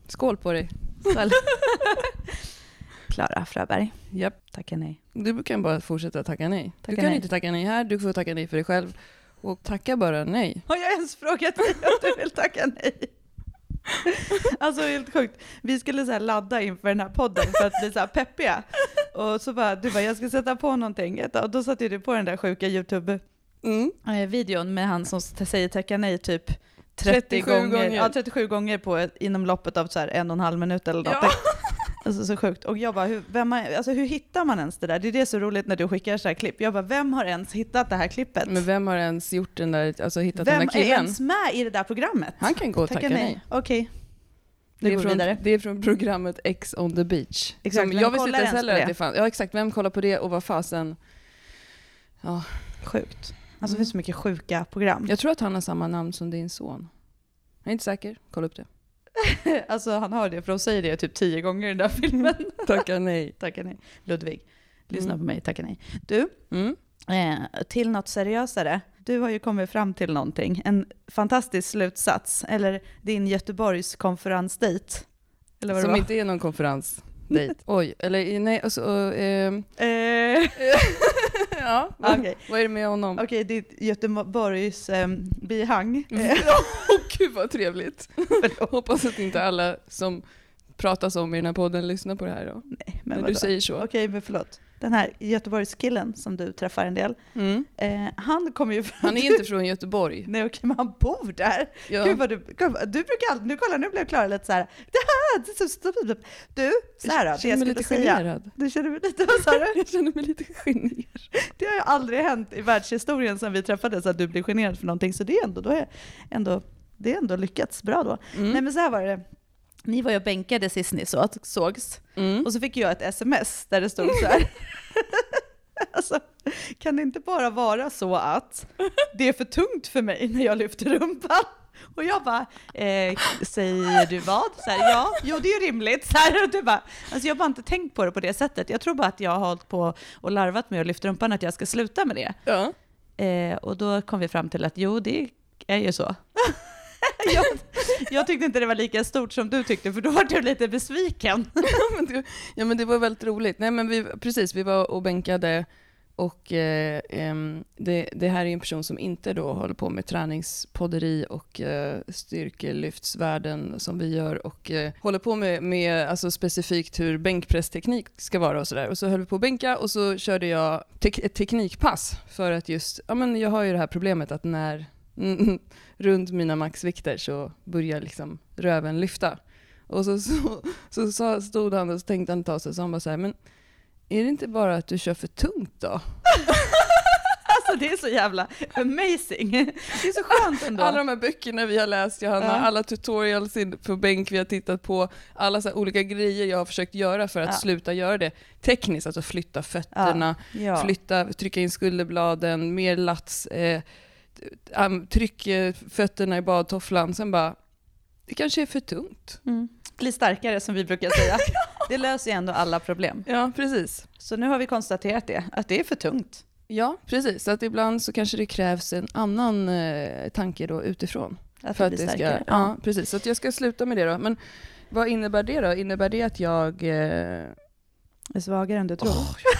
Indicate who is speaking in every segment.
Speaker 1: Skål på dig.
Speaker 2: Skål. Klara Fröberg.
Speaker 1: Japp.
Speaker 2: Tacka nej.
Speaker 1: Du kan bara fortsätta tacka nej.
Speaker 2: Tacka
Speaker 1: du kan
Speaker 2: nej.
Speaker 1: inte tacka nej här, du får tacka nej för dig själv. Och tacka bara nej.
Speaker 2: Har jag ens frågat dig om du vill tacka nej? Alltså helt sjukt. Vi skulle så här ladda inför den här podden för att bli så här peppiga. Och så bara, du bara, jag ska sätta på någonting. Och då satte du på den där sjuka YouTube-videon med han som säger tacka nej typ 37 gånger. Ja, 37 gånger inom loppet av så här 1,5 minut eller något.
Speaker 1: Ja.
Speaker 2: Alltså så sjukt. Och jag bara, hur hittar man ens det där? Det är det så roligt när du skickar så här klipp. Jag bara, vem har ens hittat det här klippet?
Speaker 1: Men vem har ens gjort den där, alltså hittat den där
Speaker 2: Vem
Speaker 1: killen?
Speaker 2: är ens med i det där programmet?
Speaker 1: Han kan gå och tacka nej.
Speaker 2: Okej.
Speaker 1: Det är från programmet X on the beach.
Speaker 2: Exakt,
Speaker 1: jag visste inte heller att det fanns. Ja, exakt. Vem kollar på det och vad fasen? Ja.
Speaker 2: Sjukt. Alltså det finns så mycket sjuka program.
Speaker 1: Jag tror att han har samma namn som din son. Jag är inte säker. Kolla upp det.
Speaker 2: Alltså han har det, för de säger det typ 10 gånger i den där filmen.
Speaker 1: Tacka nej.
Speaker 2: Tacka nej. Ludvig, lyssna på mig, tacka nej. Du, till något seriösare. Du har ju kommit fram till någonting. En fantastisk slutsats. Eller din Göteborgs konferensdate. Eller vad det
Speaker 1: Som
Speaker 2: var?
Speaker 1: inte är någon konferensdejt. Oj, eller nej. Alltså, ja,
Speaker 2: Okay.
Speaker 1: Vad är det med honom?
Speaker 2: Okej, ditt Göteborgs bihang.
Speaker 1: Gud vad trevligt. Hoppas att inte alla som pratas om i den här podden lyssnar på det här då.
Speaker 2: Nej, men
Speaker 1: när du säger så.
Speaker 2: Okej, men förlåt. Den här Göteborgskillen som du träffar en del. Han kommer ju från...
Speaker 1: Han är inte från Göteborg.
Speaker 2: Nej, okej, men han bor där.
Speaker 1: Ja.
Speaker 2: Gud vad du brukar alltid... Nu blev jag klar lite så här. Du, så här då.
Speaker 1: Jag känner mig lite generad.
Speaker 2: Du känner mig lite... Vad sa du?
Speaker 1: Jag känner mig lite generad.
Speaker 2: Det har ju aldrig hänt i världshistorien sedan vi träffades att du blir generad för någonting. Så det är ändå lyckats bra då. Nej, men så här var det. Ni var ju bänkade sist ni sågs. Och så fick jag ett sms där det stod så här. Alltså, kan det inte bara vara så att det är för tungt för mig när jag lyfter rumpan? Och jag bara, säger du vad? Så här, ja, jo det är ju rimligt. Så här, och du bara, alltså jag har bara inte tänkt på det på det sättet. Jag tror bara att jag har hållit på och larvat med att lyfta rumpan, att jag ska sluta med det.
Speaker 1: Ja.
Speaker 2: Och då kom vi fram till att jo, det är ju så. Jag tyckte inte det var lika stort som du tyckte, för då var du lite besviken.
Speaker 1: Ja, men det var väldigt roligt. Nej, men vi var och bänkade, och det här är en person som inte då håller på med träningspodderi och styrkelyftsvärden som vi gör, och håller på med alltså specifikt hur bänkpressteknik ska vara och sådär. Och så höll vi på att bänka, och så körde jag ett teknikpass för att just, ja men jag har ju det här problemet att när runt mina maxvikter så börjar liksom röven lyfta. Och så stod han och så tänkte han ta sig, så han bara så här, men är det inte bara att du kör för tungt då?
Speaker 2: Alltså det är så jävla amazing. Det är så skönt ändå.
Speaker 1: Alla de här böckerna vi har läst, Johanna, alla tutorials på bänk vi har tittat på, alla så här olika grejer jag har försökt göra för att sluta göra det tekniskt, alltså flytta fötterna, trycka in skulderbladen, mer lats, tryck fötterna i badtofflan, sen bara, det kanske är för tungt.
Speaker 2: Bli starkare, som vi brukar säga. Det löser ju ändå alla problem.
Speaker 1: Ja, precis.
Speaker 2: Så nu har vi konstaterat det, att det är för tungt.
Speaker 1: Ja, precis. Så att ibland så kanske det krävs en annan tanke då utifrån.
Speaker 2: Att
Speaker 1: för
Speaker 2: det blir starkare.
Speaker 1: Ja, precis. Så att jag ska sluta med det då. Men vad innebär det då? Innebär det att jag...
Speaker 2: är svagare än du tror?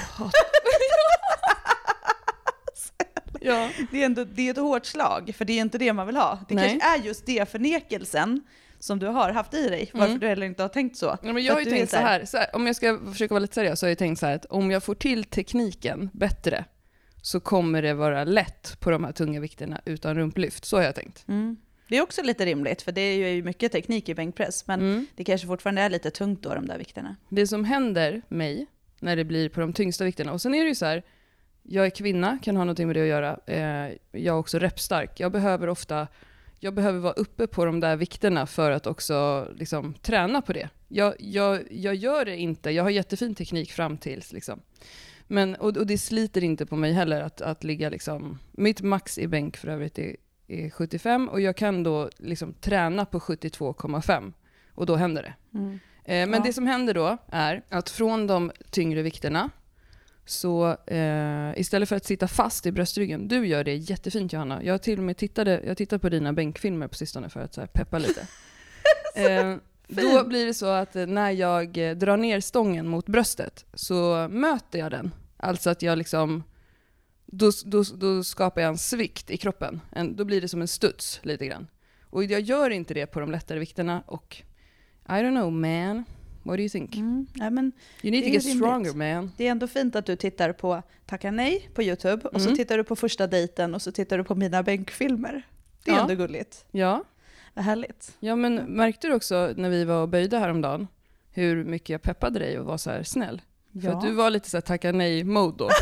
Speaker 1: Ja.
Speaker 2: Det är ett hårt slag, för det är inte det man vill ha. Det kanske är just det förnekelsen som du har haft i dig, varför du heller inte har tänkt så.
Speaker 1: Ja, men jag har ju tänkt så här, om jag ska försöka vara lite seriös, så har jag tänkt så här, att om jag får till tekniken bättre så kommer det vara lätt på de här tunga vikterna utan rumplyft. Så har jag tänkt.
Speaker 2: Det är också lite rimligt, för det är ju mycket teknik i bänkpress, men det kanske fortfarande är lite tungt då, de där vikterna.
Speaker 1: Det som händer mig när det blir på de tyngsta vikterna, och sen är det ju så här, jag är kvinna, kan ha någonting med det att göra. Jag är också repstark. Jag behöver vara uppe på de där vikterna för att också liksom träna på det. Jag gör det inte. Jag har jättefin teknik fram tills liksom. Men, och det sliter inte på mig heller att ligga liksom. Mitt max i bänk för övrigt är 75, och jag kan då liksom träna på 72,5, och då händer det. Men det som händer då är att från de tyngre vikterna, så istället för att sitta fast i bröstryggen, du gör det jättefint, Johanna. Jag till och med tittat på dina bänkfilmer på sistone för att så här peppa lite. Då blir det så att när jag drar ner stången mot bröstet så möter jag den. Alltså att jag liksom, då skapar jag en svikt i kroppen. Då blir det som en studs lite grann. Och jag gör inte det på de lättare vikterna. Och I don't know, man. What do you think?
Speaker 2: Ja, men
Speaker 1: you need to get stronger, man.
Speaker 2: Det är ändå fint att du tittar på Tacka nej på YouTube. Och så tittar du på första dejten och så tittar du på mina bänkfilmer. Det är ändå gulligt.
Speaker 1: Ja.
Speaker 2: Vad härligt.
Speaker 1: Ja, men märkte du också när vi var och böjde häromdagen hur mycket jag peppade dig och var så här snäll?
Speaker 2: Ja.
Speaker 1: För att du var lite så här tacka nej-mode då.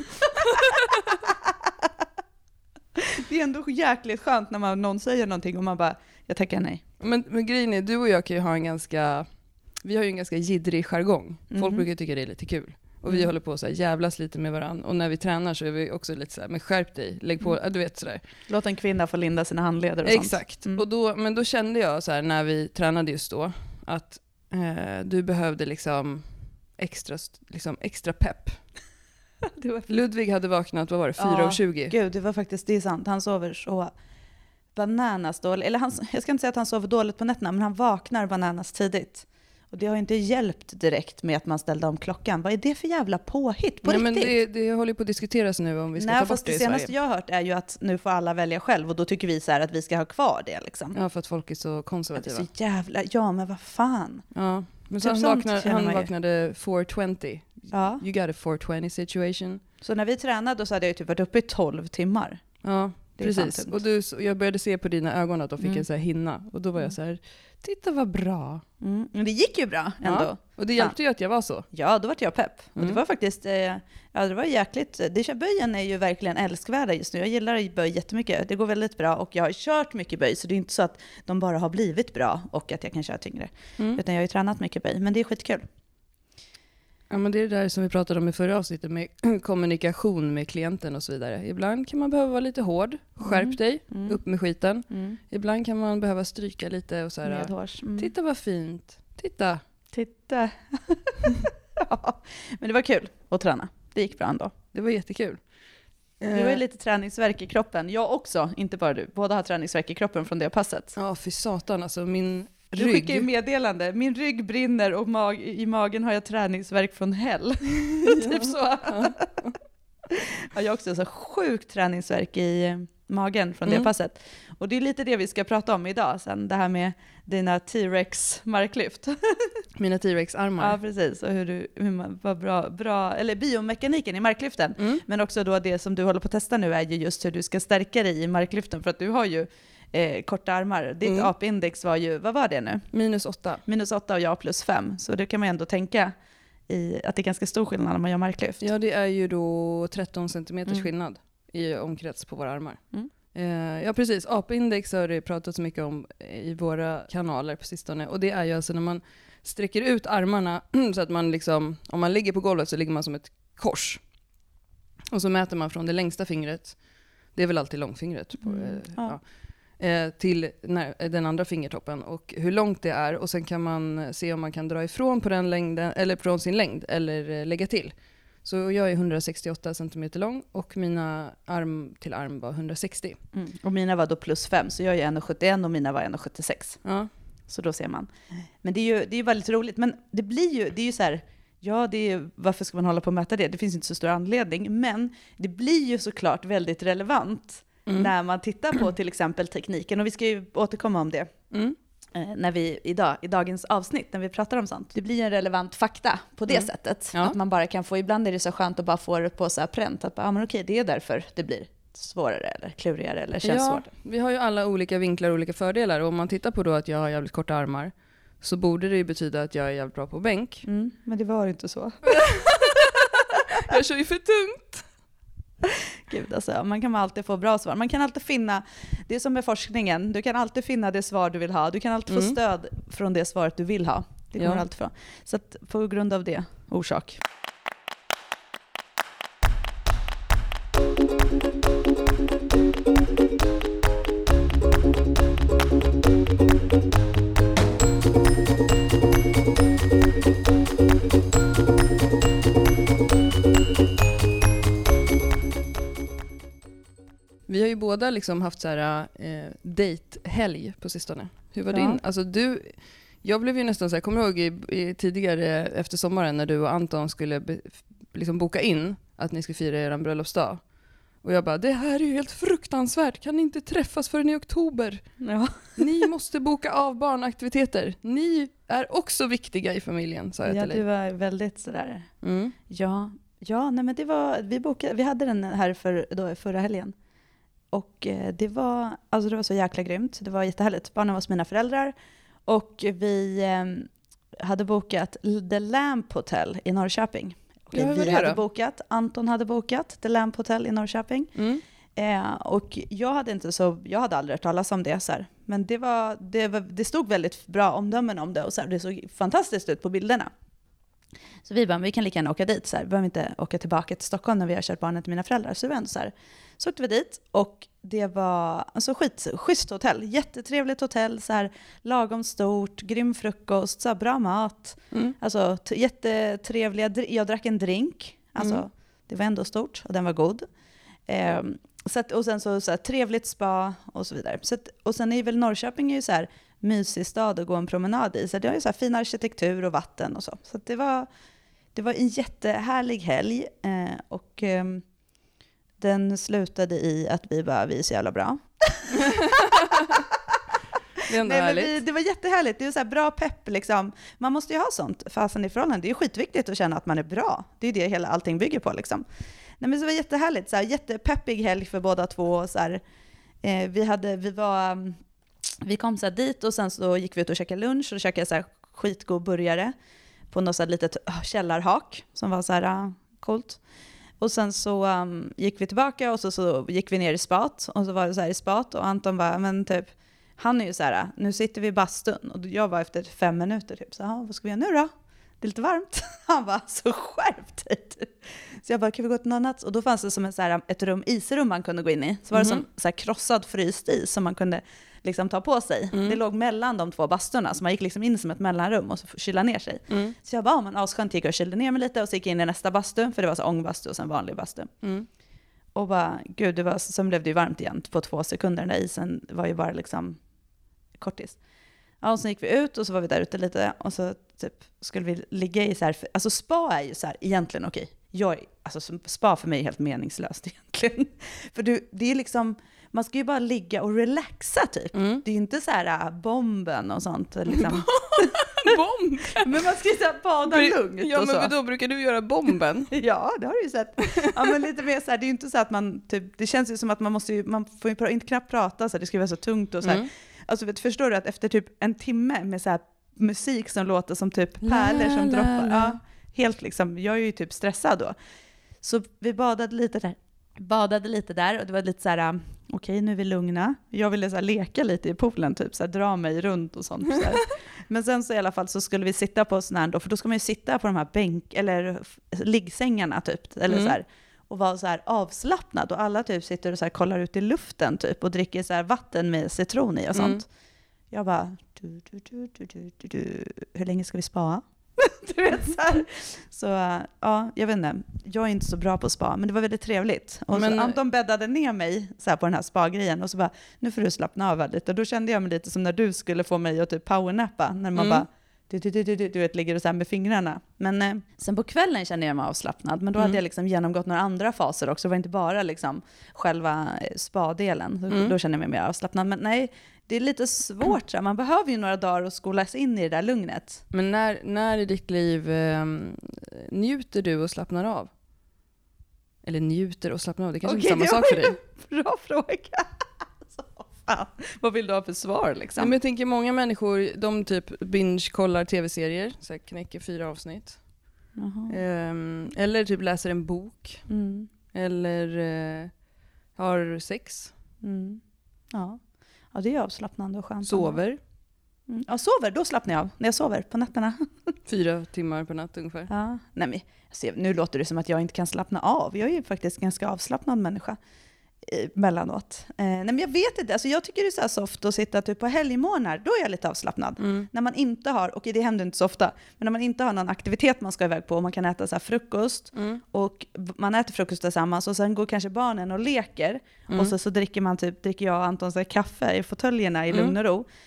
Speaker 2: Det är ändå jäkligt skönt när någon säger någonting och man bara, jag tackar nej.
Speaker 1: Men grejen är, du och jag kan ju ha vi har ju en ganska jiddrig jargong. Folk brukar tycka det är lite kul. Och vi håller på så här jävlas lite med varandra. Och när vi tränar så är vi också lite så här, men skärp dig, lägg på, du vet sådär.
Speaker 2: Låt en kvinna få linda sina handleder och
Speaker 1: Exakt.
Speaker 2: sånt.
Speaker 1: Och men då kände jag så här, när vi tränade just då, att du behövde liksom extra pepp. Ludvig hade vaknat, vad var det, 4:20?
Speaker 2: Gud, det är sant. Han sover så bananas dåligt. Eller jag ska inte säga att han sover dåligt på nätterna, men han vaknar bananas tidigt. Och det har inte hjälpt direkt med att man ställde om klockan. Vad är det för jävla påhitt? På
Speaker 1: men
Speaker 2: riktigt?
Speaker 1: det håller på att diskuteras nu om vi ska ta bort det i Sverige.
Speaker 2: Det senaste jag har hört är ju att nu får alla välja själv. Och då tycker vi så här att vi ska ha kvar det liksom.
Speaker 1: Ja, för att folk är så konservativa.
Speaker 2: Det är så jävla, ja men vad fan.
Speaker 1: Ja, men så
Speaker 2: typ
Speaker 1: han vaknade 4:20.
Speaker 2: Ja.
Speaker 1: You got a 4:20 situation.
Speaker 2: Så när vi tränade så hade jag typ varit uppe i 12 timmar.
Speaker 1: Ja, precis. Och jag började se på dina ögon att de fick en så här hinna. Och då var jag så här, titta vad bra.
Speaker 2: Men det gick ju bra ändå.
Speaker 1: Ja, och det hjälpte ju att jag var så.
Speaker 2: Ja, då var jag pepp. Och det var faktiskt, det var jäkligt. Böjen är ju verkligen älskvärda just nu. Jag gillar böj jättemycket. Det går väldigt bra och jag har kört mycket böj. Så det är inte så att de bara har blivit bra och att jag kan köra tyngre. Utan jag har ju tränat mycket böj. Men det är skitkul.
Speaker 1: Ja, men det är det där som vi pratade om i förra avsnittet med kommunikation med klienten och så vidare. Ibland kan man behöva vara lite hård. Skärp dig, upp med skiten. Ibland kan man behöva stryka lite och så här. Titta vad fint. Titta.
Speaker 2: Ja, men det var kul att träna. Det gick bra ändå.
Speaker 1: Det var jättekul.
Speaker 2: Det var ju lite träningsvärk i kroppen. Jag också, inte bara du. Båda har träningsvärk i kroppen från det passet.
Speaker 1: Ja, för satan. Alltså min rygg.
Speaker 2: Du skickar ju meddelande. Min rygg brinner och i magen har jag träningsvärk från hell. Typ så. Ja, jag har också så sjukt träningsvärk i magen från det passet. Och det är lite det vi ska prata om idag sen. Det här med dina T-Rex marklyft.
Speaker 1: Mina T-Rex-armar.
Speaker 2: Ja, precis. Och hur man var bra, eller biomekaniken i marklyften. Men också då det som du håller på att testa nu är ju just hur du ska stärka dig i marklyften. För att du har ju korta armar. Ditt AP-index var ju, vad var det nu?
Speaker 1: -8.
Speaker 2: -8 och jag +5. Så det kan man ändå tänka att det är ganska stor skillnad när man gör marklyft.
Speaker 1: Ja, det är ju då 13 centimeters skillnad i omkrets på våra armar. Ja, precis. AP-index har det pratat så mycket om i våra kanaler på sistone. Och det är ju alltså när man sträcker ut armarna så att man liksom, om man ligger på golvet så ligger man som ett kors. Och så mäter man från det längsta fingret, det är väl alltid långfingret, till den andra fingertoppen och hur långt det är. Och sen kan man se om man kan dra ifrån på den längden, eller från sin längd, eller lägga till. Så jag är 168 cm lång och mina arm till arm var 160.
Speaker 2: Och mina var då +5, så jag är 1,71 och mina var 1,76.
Speaker 1: Ja.
Speaker 2: Så då ser man. Men det är ju väldigt roligt. Men det är ju så här, ja, varför ska man hålla på och mäta det? Det finns inte så stor anledning. Men det blir ju såklart väldigt relevant när man tittar på till exempel tekniken. Och vi ska ju återkomma om det. När vi i dagens avsnitt, när vi pratar om sånt. Det blir en relevant fakta på det sättet. Ja. Att man bara kan få, ibland är det så skönt att bara få det på så här pränt. Att men okej, det är därför det blir svårare eller klurigare eller känns svårt.
Speaker 1: Vi har ju alla olika vinklar och olika fördelar. Och om man tittar på då att jag har jävligt korta armar så borde det ju betyda att jag är jävligt bra på bänk.
Speaker 2: Men det var inte så.
Speaker 1: Jag kör ju för tungt.
Speaker 2: Gud, alltså, man kan alltid få bra svar. Man kan alltid finna, det är som med forskningen, du kan alltid finna det svar du vill ha. Du kan alltid få stöd från det svaret du vill ha. Det kommer alltid från. Så att på grund av det, orsak.
Speaker 1: Vi har ju båda liksom haft så här date-helg på sistone. Hur var din? Alltså Jag blev ju nästan så här, kommer du ihåg i tidigare efter sommaren när du och Anton skulle liksom boka in att ni skulle fira er bröllopsdag. Och jag bara, det här är ju helt fruktansvärt. Kan ni inte träffas förrän i oktober?
Speaker 2: Ja.
Speaker 1: Ni måste boka av barnaktiviteter. Ni är också viktiga i familjen, sa jag till dig.
Speaker 2: Ja, det var väldigt sådär. Ja, nej men det var, vi hade den här förra helgen. Och det var så jäkla grymt. Det var jättehärligt. Barnen var hos mina föräldrar. Och vi hade bokat The Lamp Hotel i Norrköping. Vi hade bokat, Anton hade bokat The Lamp Hotel i Norrköping. Och jag hade aldrig hört talas om det så här. Men det stod väldigt bra omdömen om det och så här, det såg fantastiskt ut på bilderna. Så vi kan lika gärna åka dit så här. Vi behöver inte åka tillbaka till Stockholm när vi har kört barnen till mina föräldrar. Så det var ändå så här. Så åkte vi dit och det var alltså schysst hotell. Jättetrevligt hotell, så här, lagom stort, grym frukost, så här, bra mat. Alltså jättetrevliga, jag drack en drink. Alltså det var ändå stort och den var god. Och sen så här, trevligt spa och så vidare. Och sen är väl Norrköping är ju så här mysig stad att gå en promenad i. Så det har ju så här fin arkitektur och vatten och så. Så det var en jättehärlig helg. Och den slutade i att vi är så jävla bra. Det var jättehärligt. Det är så här bra pepp liksom. Man måste ju ha sånt fastän i förhållande. Det är ju skitviktigt att känna att man är bra. Det är det allting bygger på liksom. Nej, men det var jättehärligt. Så här, jättepeppig helg för båda två. Så här, vi kom så här dit och sen så gick vi ut och käkade lunch och käkade så här skitgod burgare på något så här litet källarhak som var så här coolt. Och sen så gick vi tillbaka och så gick vi ner i spat och så var det så här i spat och Anton bara, men typ, han är ju så här, nu sitter vi i bastun och jag var efter 5 minuter typ, så vad ska vi göra nu då? Det är lite varmt. Han var så skärpt typ. Så jag bara, kan vi gå till något annat? Och då fanns det som ett isrum man kunde gå in i. Så var det som så här krossad fryst is som man kunde liksom ta på sig. Det låg mellan de 2 bastorna, så man gick liksom in som ett mellanrum och så kyla ner sig. Så jag bara, men asskönt, gick och kylde ner mig lite och så gick jag in i nästa bastu, för det var så ångbastu och sen vanlig bastu. Och bara, gud, det var så blev det ju varmt igen på 2 sekunder. Den där isen var ju bara liksom kortis. Ja, och så gick vi ut och så var vi där ute lite och så typ skulle vi ligga i så här, alltså spa är ju så här egentligen okej. Alltså spa för mig är helt meningslöst egentligen. För det är liksom, man ska ju bara ligga och relaxa typ. Det är ju inte så här bomben och sånt liksom.
Speaker 1: Bomb?
Speaker 2: Men man ska ju så här bada lugnt.
Speaker 1: Ja,
Speaker 2: och
Speaker 1: men
Speaker 2: så.
Speaker 1: då brukar du göra bomben.
Speaker 2: Ja, det har du ju sett. Ja, men lite mer så här, det är ju inte så att man typ, det känns ju som att man får ju inte knappt prata så här, det ska vara så tungt och så här. Alltså förstår du att efter typ en timme med så här musik som låter som typ pärlor som droppar. Ja, helt liksom, jag är ju typ stressad då. Så vi badade lite där och det var lite så här, okej, nu är vi lugna. Jag ville så här leka lite i poolen typ, så här, dra mig runt och sånt. Så här. Men sen så i alla fall så skulle vi sitta på sån här då, för då ska man ju sitta på de här eller liggsängarna typ, eller så här, och vara så här avslappnad och alla typ sitter och så här kollar ut i luften typ och dricker så här vatten med citron i och sånt. Jag bara, hur länge ska vi spa? Du vet så här. Så ja, jag vet inte. Jag är inte så bra på spa, men det var väldigt trevligt. Och så Anton bäddade ner mig så här på den här spa-grejen och så bara, nu får du slappna av lite. Och då kände jag mig lite som när du skulle få mig att typ powernappa, när man bara du vet, ligger och så här med fingrarna. Men sen på kvällen kände jag mig avslappnad, men då hade jag liksom genomgått några andra faser också. Det var inte bara liksom själva spa-delen. Då kände jag mig mer avslappnad. Men nej, det är lite svårt. Så man behöver ju några dagar att skolas in i det där lugnet.
Speaker 1: Men när i ditt liv njuter du och slappnar av? Eller njuter och slappnar av? Det kanske inte är samma sak för dig.
Speaker 2: Bra fråga. Fan. Vad vill du ha för svar liksom?
Speaker 1: Men jag tänker många människor, de typ binge-kollar tv-serier, så här knäcker 4 avsnitt. Eller typ läser en bok. Eller har sex.
Speaker 2: Ja, det är avslappnande och skönt.
Speaker 1: Sover.
Speaker 2: Ja, sover, då slappnar jag av. När jag sover på nätterna.
Speaker 1: 4 timmar per natt ungefär.
Speaker 2: Ja. Nej, men, nu låter det som att jag inte kan slappna av. Jag är ju faktiskt ganska avslappnad människa. Mellanåt. Nej, men jag vet inte. Alltså, jag tycker det är så här soft att sitta typ på helgmorgnar. Då är jag lite avslappnad. När man inte har, och det händer inte så ofta, men när man inte har någon aktivitet man ska iväg på och man kan äta så här frukost och man äter frukost tillsammans och sen går kanske barnen och leker och så dricker jag och Anton så här kaffe i fåtöljerna i lugn och ro.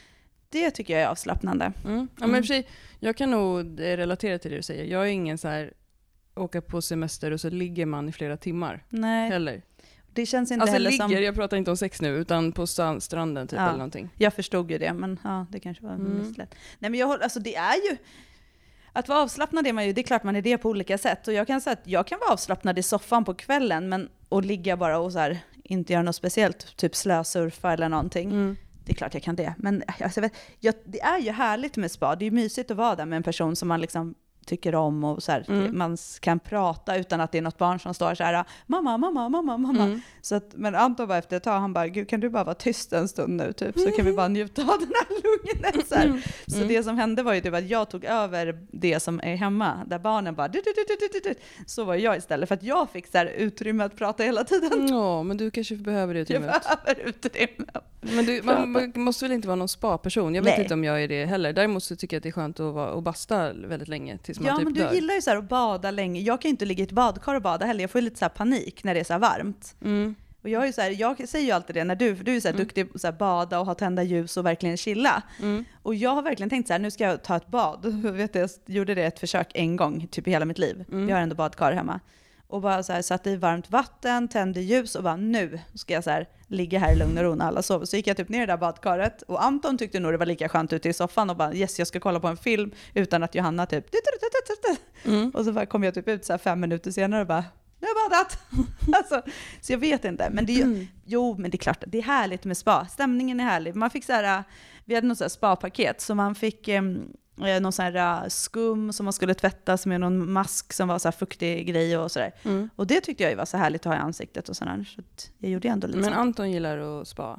Speaker 2: Det tycker jag är avslappnande.
Speaker 1: Ja, men i och för sig, jag kan nog relatera till det du säger. Jag är ingen så här åka på semester och så ligger man i flera timmar.
Speaker 2: Nej.
Speaker 1: Heller.
Speaker 2: Det känns inte
Speaker 1: alltså
Speaker 2: heller
Speaker 1: ligger,
Speaker 2: som...
Speaker 1: jag pratar inte om sex nu, utan på stranden typ eller någonting.
Speaker 2: Jag förstod ju det, men ja, det kanske var misslätt. Nej, men alltså det är ju... Att vara avslappnad är man ju, det är klart man är det på olika sätt. Och jag kan säga att jag kan vara avslappnad i soffan på kvällen, och ligga bara och så här, inte göra något speciellt, typ slösurfa eller någonting. Det är klart jag kan det. Men alltså, det är ju härligt med spa. Det är ju mysigt att vara där med en person som man liksom tycker om och så här, man kan prata utan att det är något barn som står så här mamma. Så att, men Anton var efter ett tag, han bara, gud, kan du bara vara tyst en stund nu typ, så kan vi bara njuta av den här lugnet så här. Så det som hände var ju typ att jag tog över det som är hemma, där barnen bara så var jag istället, för att jag fick så här utrymme att prata hela tiden.
Speaker 1: Ja, men du kanske behöver utrymme.
Speaker 2: Jag behöver utrymme.
Speaker 1: Men man måste väl inte vara någon spa-person? Jag vet inte om jag är det heller. Däremot så tycker jag att det är skönt att vara och basta väldigt länge tills man typ
Speaker 2: men du
Speaker 1: dör.
Speaker 2: gillar ju så här att bada länge. Jag kan ju inte ligga i ett badkar och bada heller. Jag får ju lite så här panik när det är så här varmt. Och jag är ju så här, jag säger ju alltid det när för du är så här duktig på att bada och ha tända ljus och verkligen chilla. Och jag har verkligen tänkt så här, nu ska jag ta ett bad. Jag gjorde det ett försök en gång typ i hela mitt liv. Jag har ändå badkar hemma. Och bara så här, satte i varmt vatten, tände ljus och bara, nu ska jag så här ligga här i lugn och ro när alla sover. Så gick jag typ ner i det där badkaret, och Anton tyckte nog det var lika skönt ute i soffan och bara, yes, jag ska kolla på en film utan att Johanna typ och så bara kom jag typ ut så här 5 minuter senare och bara, nu har jag badat. Alltså, så jag vet inte, men det är ju, men det är klart, det är härligt med spa. Stämningen är härlig. Man fick så här, vi hade något så här spa-paket, så man fick någon sån här skum som man skulle tvättas med, någon mask som var så här fuktig grej och sådär. Och det tyckte jag ju var så härligt att ha i ansiktet och sådär. Så jag gjorde ändå lite.
Speaker 1: Men
Speaker 2: så.
Speaker 1: Anton gillar att spa.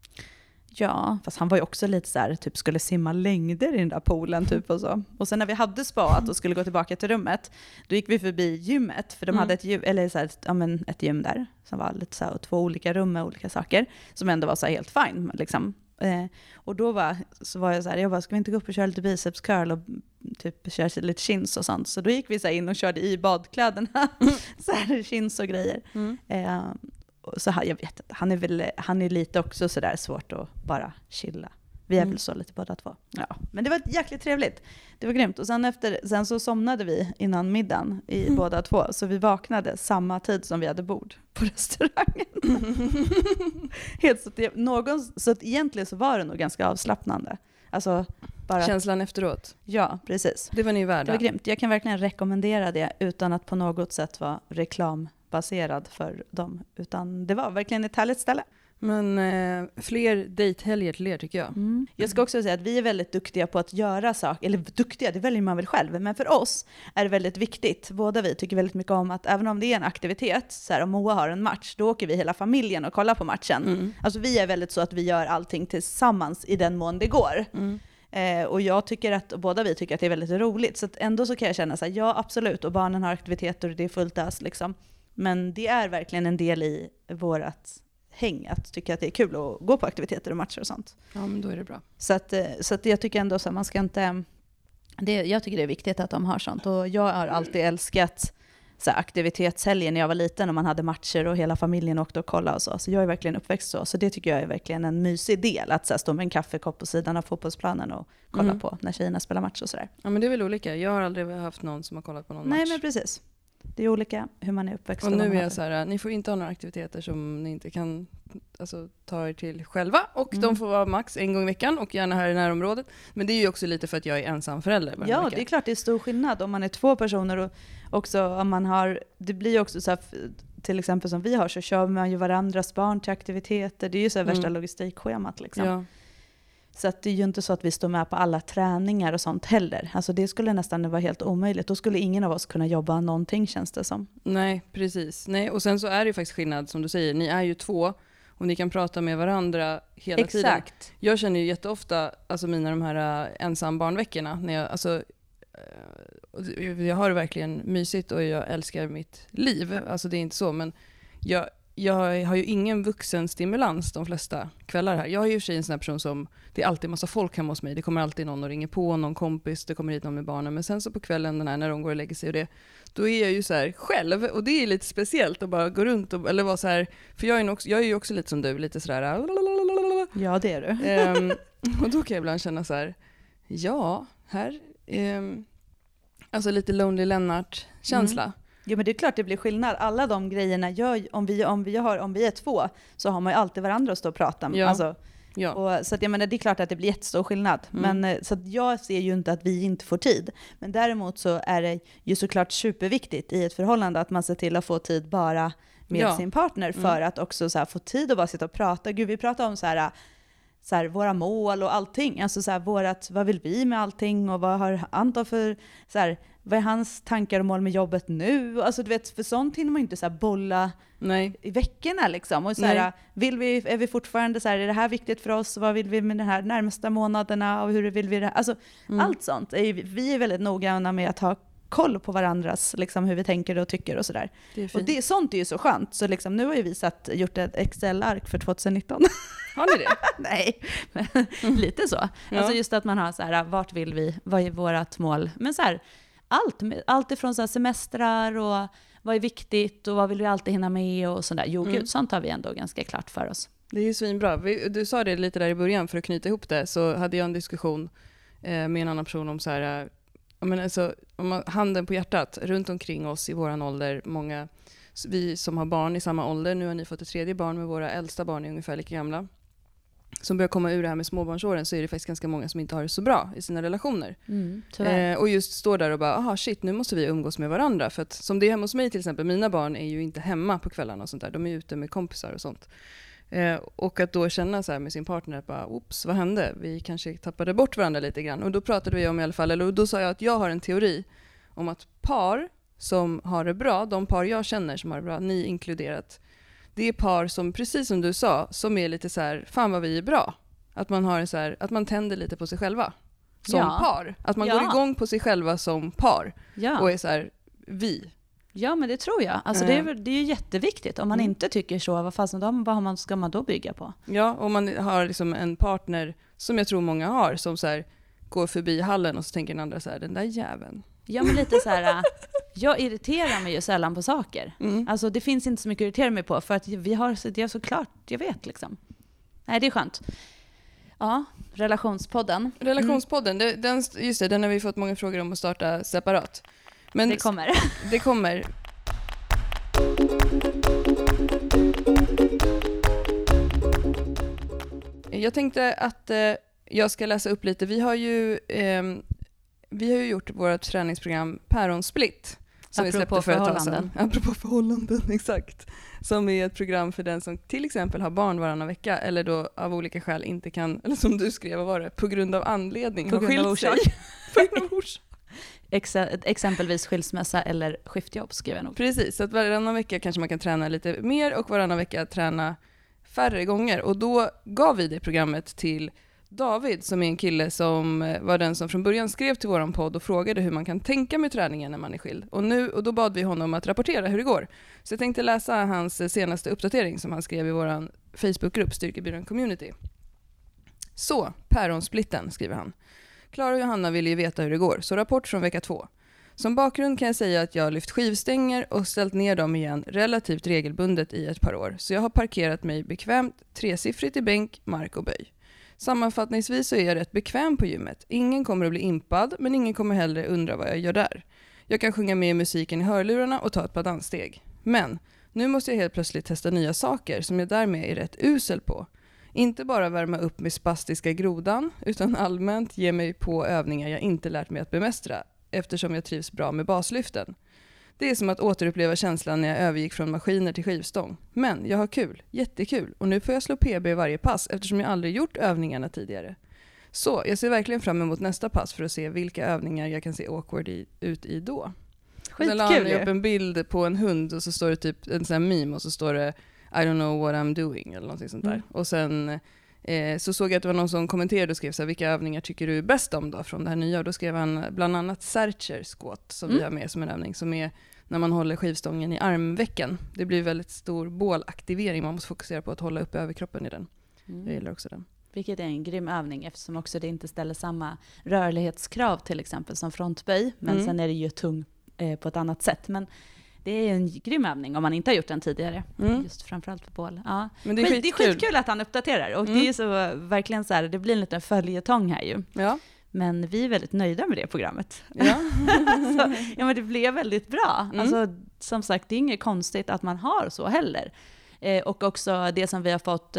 Speaker 2: Ja, fast han var ju också lite så här, typ skulle simma längder i den där poolen typ och så. Och sen när vi hade spaat och skulle gå tillbaka till rummet, då gick vi förbi gymmet, för de hade ett gym, eller så här, ett gym där som var lite så här, 2 olika rum med olika saker som ändå var så här helt fine liksom. Och då var jag så här, jag bara, ska vi inte gå upp och köra lite biceps curl och typ köra lite chins och sånt. Så då gick vi så här in och körde i badkläderna så här chins och grejer. Så här, jag vet inte, han är lite också så där svårt att bara chilla. Vi är väl så lite båda två. Ja, men det var jäkligt trevligt. Det var grymt. Och sen så somnade vi innan middagen i båda två. Så vi vaknade samma tid som vi hade bord på restaurangen. Helt så att egentligen så var det nog ganska avslappnande. Alltså bara...
Speaker 1: Känslan efteråt.
Speaker 2: Ja, precis.
Speaker 1: Det var ni värda.
Speaker 2: Det var grymt. Jag kan verkligen rekommendera det utan att på något sätt vara reklambaserad för dem. Utan det var verkligen ett härligt ställe.
Speaker 1: Men fler dejthelger till er tycker jag.
Speaker 2: Jag ska också säga att vi är väldigt duktiga på att göra saker. Eller duktiga, det väljer man väl själv. Men för oss är det väldigt viktigt. Båda vi tycker väldigt mycket om att även om det är en aktivitet, så här, om Moa har en match, då åker vi hela familjen och kollar på matchen. Alltså vi är väldigt så att vi gör allting tillsammans i den mån det går. Och jag tycker att, och båda vi tycker att det är väldigt roligt. Så att ändå så kan jag känna så här, ja absolut, och barnen har aktiviteter och det är fullt ös liksom. Men det är verkligen en del i vårat häng att tycka att det är kul att gå på aktiviteter och matcher och sånt.
Speaker 1: Ja, men då är det bra.
Speaker 2: Så att jag tycker ändå så man ska inte... jag tycker det är viktigt att de har sånt. Och jag har alltid älskat så här, aktivitetshelgen när jag var liten och man hade matcher och hela familjen åkte och kollade och så. Så jag är verkligen uppväxt så. Så det tycker jag är verkligen en mysig del. Att så här, stå med en kaffekopp på sidan av fotbollsplanen och kolla på när tjejerna spelar match och sådär.
Speaker 1: Ja, men det är väl olika. Jag har aldrig haft någon som har kollat på någon match.
Speaker 2: Nej, men precis. Det är olika hur man är uppväxt.
Speaker 1: Och nu är jag så här, ni får inte ha några aktiviteter som ni inte kan ta er till själva. Och de får vara max en gång i veckan och gärna här i närområdet. Men det är ju också lite för att jag är ensam förälder.
Speaker 2: Ja, det är klart det är stor skillnad om man är 2 personer och också om man har, det blir ju också så här, till exempel som vi har så kör man ju varandras barn till aktiviteter. Det är ju så här värsta logistikschemat liksom. Ja. Så att det är ju inte så att vi står med på alla träningar och sånt heller. Alltså det skulle nästan vara helt omöjligt. Då skulle ingen av oss kunna jobba någonting, känns det som.
Speaker 1: Nej, precis. Nej, och sen så är det ju faktiskt skillnad som du säger. Ni är ju 2 och ni kan prata med varandra hela tiden.
Speaker 2: Exakt.
Speaker 1: Jag känner ju jätteofta alltså mina de här ensambarnveckorna när jag har det verkligen mysigt och jag älskar mitt liv. Alltså det är inte så, men jag har ju ingen vuxenstimulans de flesta kvällar här. Jag är ju i och för sig en sån här person som, det är alltid massa folk hemma hos mig. Det kommer alltid någon och ringer på, någon kompis, det kommer hit någon med barnen. Men sen så på kvällen den här, när de går och lägger sig och det, då är jag ju så här själv. Och det är lite speciellt att bara gå runt och, eller vara så här, för jag är ju också lite som du, lite sådär.
Speaker 2: Ja, det är du.
Speaker 1: Och då kan jag ibland känna så här, ja, här, alltså lite Lonely Lennart-känsla.
Speaker 2: Jo, men det är klart det blir skillnad. Alla de grejerna gör, om vi är 2 så har man ju alltid varandra att stå och prata med.
Speaker 1: Ja.
Speaker 2: Alltså,
Speaker 1: Ja.
Speaker 2: och, så att jag menar, det är klart att det blir jättestor skillnad. Men, så att jag ser ju inte att vi inte får tid. Men däremot så är det ju såklart superviktigt i ett förhållande att man ser till att få tid bara med sin partner för att också så här, få tid att bara sitta och prata. Gud, vi pratar om så här, våra mål och allting. Alltså så här, vad vill vi med allting och vad har Anton för, så här, vad är hans tankar och mål med jobbet nu? Alltså du vet, för sånt hinner man ju inte så här bolla i veckorna liksom. Och så här, är vi fortfarande så här, är det här viktigt för oss? Vad vill vi med de här närmaste månaderna och hur vill vi det? Alltså allt sånt. Vi är väldigt noggranna med att ha koll på varandras, liksom, hur vi tänker och tycker och sådär. Och sånt är ju så skönt. Så liksom, nu har ju vi gjort ett Excel-ark för 2019.
Speaker 1: Har ni det?
Speaker 2: Nej, men lite så. Ja. Alltså just att man har så här, vart vill vi? Vad är vårat mål? Men så här, allt ifrån så här semestrar och vad är viktigt och vad vill vi alltid hinna med och sådär. Jo, gud, sånt har vi ändå ganska klart för oss.
Speaker 1: Det är ju svinbra. Du sa det lite där i början, för att knyta ihop det, så hade jag en diskussion med en annan person om så här, men alltså, om handen på hjärtat, runt omkring oss i våran ålder, många, vi som har barn i samma ålder, nu har ni fått ett 3:e barn, med våra äldsta barn är ungefär lika gamla, som börjar komma ur det här med småbarnsåren, så är det faktiskt ganska många som inte har det så bra i sina relationer. Och just står där och bara, shit, nu måste vi umgås med varandra. För att som det är hemma hos mig till exempel, mina barn är ju inte hemma på kvällarna och sånt där. De är ute med kompisar och sånt. Och att då känna så här med sin partner, bara, oops, vad hände? Vi kanske tappade bort varandra lite grann. Och då pratade vi om i alla fall, eller då sa jag att jag har en teori om att par som har det bra, de par jag känner som har det bra, ni inkluderat, det är par som, precis som du sa, som är lite så här, fan vad vi är bra. Att man har en så här, att man tänder lite på sig själva som par. Att man går igång på sig själva som par och är så här, vi.
Speaker 2: Ja, men det tror jag. Alltså det är ju jätteviktigt. Om man inte tycker så, vad ska man då bygga på? Ja,
Speaker 1: om man har liksom en partner, som jag tror många har, som så här, går förbi hallen och så tänker den andra så här, den där jäveln.
Speaker 2: Ja, men lite så här, jag irriterar mig ju sällan på saker. Alltså det finns inte så mycket att irritera mig på, för att vi har det är såklart, jag vet liksom. Nej, det är skönt. Ja, relationspodden.
Speaker 1: Relationspodden, den har vi fått många frågor om att starta separat. Men
Speaker 2: det kommer.
Speaker 1: Det kommer. Jag tänkte att jag ska läsa upp lite. Vi har ju gjort vårt träningsprogram Päronsplit. Som vi släppte för ett tag sedan. Apropå förhållanden, exakt. Som är ett program för den som till exempel har barn varannan vecka, eller då av olika skäl inte kan, eller som du skrev, vad var det? På grund av anledning.
Speaker 2: På grund av orsak.
Speaker 1: På grund av orsak.
Speaker 2: Exempelvis skilsmässa eller skiftjobb, skriver jag nog.
Speaker 1: Precis, så att varannan vecka kanske man kan träna lite mer och varannan vecka träna färre gånger. Och då gav vi det programmet till David, som är en kille som var den som från början skrev till våran podd och frågade hur man kan tänka med träningen när man är skild. Och då bad vi honom att rapportera hur det går. Så jag tänkte läsa hans senaste uppdatering som han skrev i våran Facebookgrupp Styrkebyrån Community. Så, Päronsplitten, skriver han. Klara och Johanna vill ju veta hur det går, så rapport från vecka 2. Som bakgrund kan jag säga att jag har lyft skivstänger och ställt ner dem igen relativt regelbundet i ett par år. Så jag har parkerat mig bekvämt, 3-siffrigt i bänk, mark och böj. Sammanfattningsvis så är jag rätt bekväm på gymmet. Ingen kommer att bli impad, men ingen kommer heller undra vad jag gör där. Jag kan sjunga med i musiken i hörlurarna och ta ett par danssteg. Men nu måste jag helt plötsligt testa nya saker som jag därmed är rätt usel på. Inte bara värma upp med spastiska grodan, utan allmänt ge mig på övningar jag inte lärt mig att bemästra, eftersom jag trivs bra med baslyften. Det är som att återuppleva känslan när jag övergick från maskiner till skivstång. Men jag har kul, jättekul, och nu får jag slå PB i varje pass eftersom jag aldrig gjort övningarna tidigare. Så jag ser verkligen fram emot nästa pass för att se vilka övningar jag kan se awkward ut i då.
Speaker 2: Skitkul.
Speaker 1: Sen la han upp en bild på en hund och så står det typ en sån här meme och så står det I don't know what I'm doing eller någonting sånt där. Och sen så såg jag att det var någon som kommenterade och skrev så här, vilka övningar tycker du är bäst om då från det här nya? Och då skrev han bland annat Searcher squat som vi har med som en övning, som är när man håller skivstången i armvecken. Det blir väldigt stor bålaktivering. Man måste fokusera på att hålla upp överkroppen i den. Jag gillar också den.
Speaker 2: Vilket är en grym övning, eftersom också det inte ställer samma rörlighetskrav till exempel som frontböj. Men sen är det ju tung på ett annat sätt. Men det är en grym övning om man inte har gjort den tidigare. Just framförallt på bål. Ja.
Speaker 1: Men det är
Speaker 2: skitkul att han uppdaterar. Och det är så verkligen så här, det blir en liten följetong här ju.
Speaker 1: Ja.
Speaker 2: Men vi är väldigt nöjda med det programmet.
Speaker 1: Ja.
Speaker 2: Så, ja, men det blev väldigt bra. Alltså, som sagt, det är inget konstigt att man har så heller. Och också det som vi har fått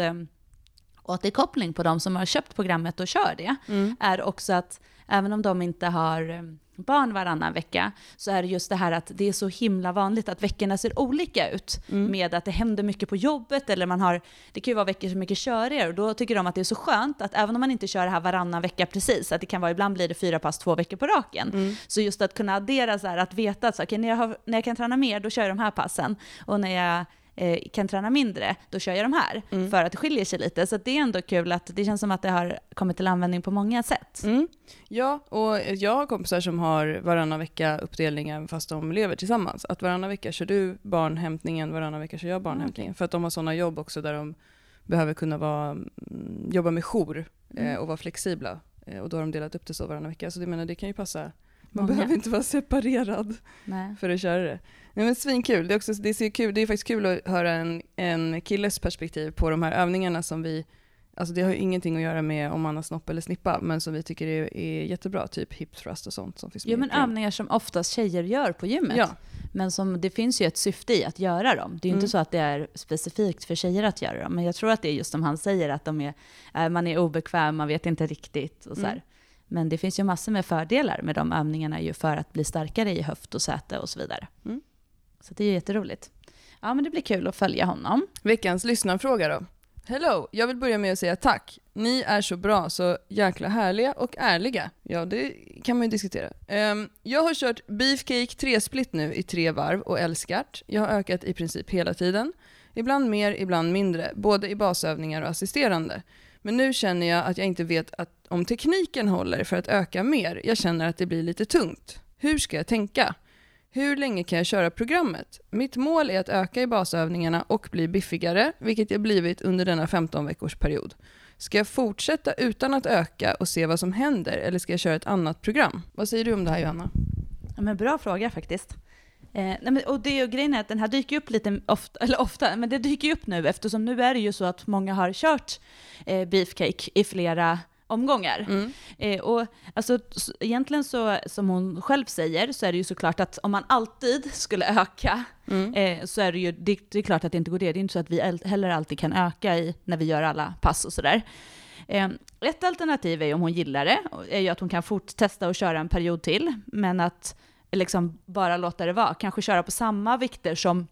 Speaker 2: återkoppling på de som har köpt programmet och kör det, är också att även om de inte har barn varannan vecka, så är det just det här att det är så himla vanligt att veckorna ser olika ut med att det händer mycket på jobbet, eller det kan ju vara veckor som är mycket körigare, och då tycker de att det är så skönt att även om man inte kör det här varannan vecka precis, att det kan vara, ibland blir det 4 pass 2 veckor på raken, så just att kunna addera så här, att veta att så, okay, när jag kan träna mer, då kör jag de här passen, och när jag kan träna mindre, då kör jag de här, för att det skiljer sig lite. Så det är ändå kul att det känns som att det har kommit till användning på många sätt.
Speaker 1: Ja, och jag har kompisar som har varannan vecka uppdelningen fast de lever tillsammans. Att varannan vecka kör du barnhämtningen, varannan vecka kör jag barnhämtningen. För att de har sådana jobb också där de behöver kunna jobba med jour och vara flexibla. Och då har de delat upp det så varannan vecka. Så det kan ju passa. Man behöver inte vara separerad för att köra det. Nej, men svinkul. Det är faktiskt kul att höra en killes perspektiv på de här övningarna som vi, alltså det har ju ingenting att göra med om man har snopp eller snippa, men som vi tycker är jättebra, typ hip thrust och sånt som finns med.
Speaker 2: Ja, men övningar som oftast tjejer gör på gymmet. Ja. Men det finns ju ett syfte i att göra dem. Det är ju inte så att det är specifikt för tjejer att göra dem, men jag tror att det är just som han säger, att man är obekväm, man vet inte riktigt och så här. Men det finns ju massor med fördelar med de övningarna ju för att bli starkare i höft och säte och så vidare. Så det är ju jätteroligt. Ja, men det blir kul att följa honom.
Speaker 1: Veckans lyssnarfråga då. Hello, jag vill börja med att säga tack. Ni är så bra, så jäkla härliga och ärliga. Ja, det kan man ju diskutera. Jag har kört Beefcake 3-split nu i 3 varv och älskat. Jag har ökat i princip hela tiden. Ibland mer, ibland mindre. Både i basövningar och assisterande. Men nu känner jag att jag inte vet om tekniken håller för att öka mer. Jag känner att det blir lite tungt. Hur ska jag tänka? Hur länge kan jag köra programmet? Mitt mål är att öka i basövningarna och bli biffigare, vilket jag blivit under denna 15 veckors period. Ska jag fortsätta utan att öka och se vad som händer, eller ska jag köra ett annat program? Vad säger du om det här, Johanna?
Speaker 2: Ja, men bra fråga faktiskt. Och det är ju grejen är att den här dyker upp lite ofta, men det dyker ju upp nu, eftersom nu är det ju så att många har kört Beefcake i flera omgångar. Och alltså, egentligen så, som hon själv säger, så är det ju såklart att om man alltid skulle öka så är det ju, det är klart att det inte går det. Det är inte så att vi heller alltid kan öka när vi gör alla pass och sådär. Ett alternativ är, om hon gillar det, är ju att hon kan testa och köra en period till, men att liksom bara låta det vara. Kanske köra på samma vikter som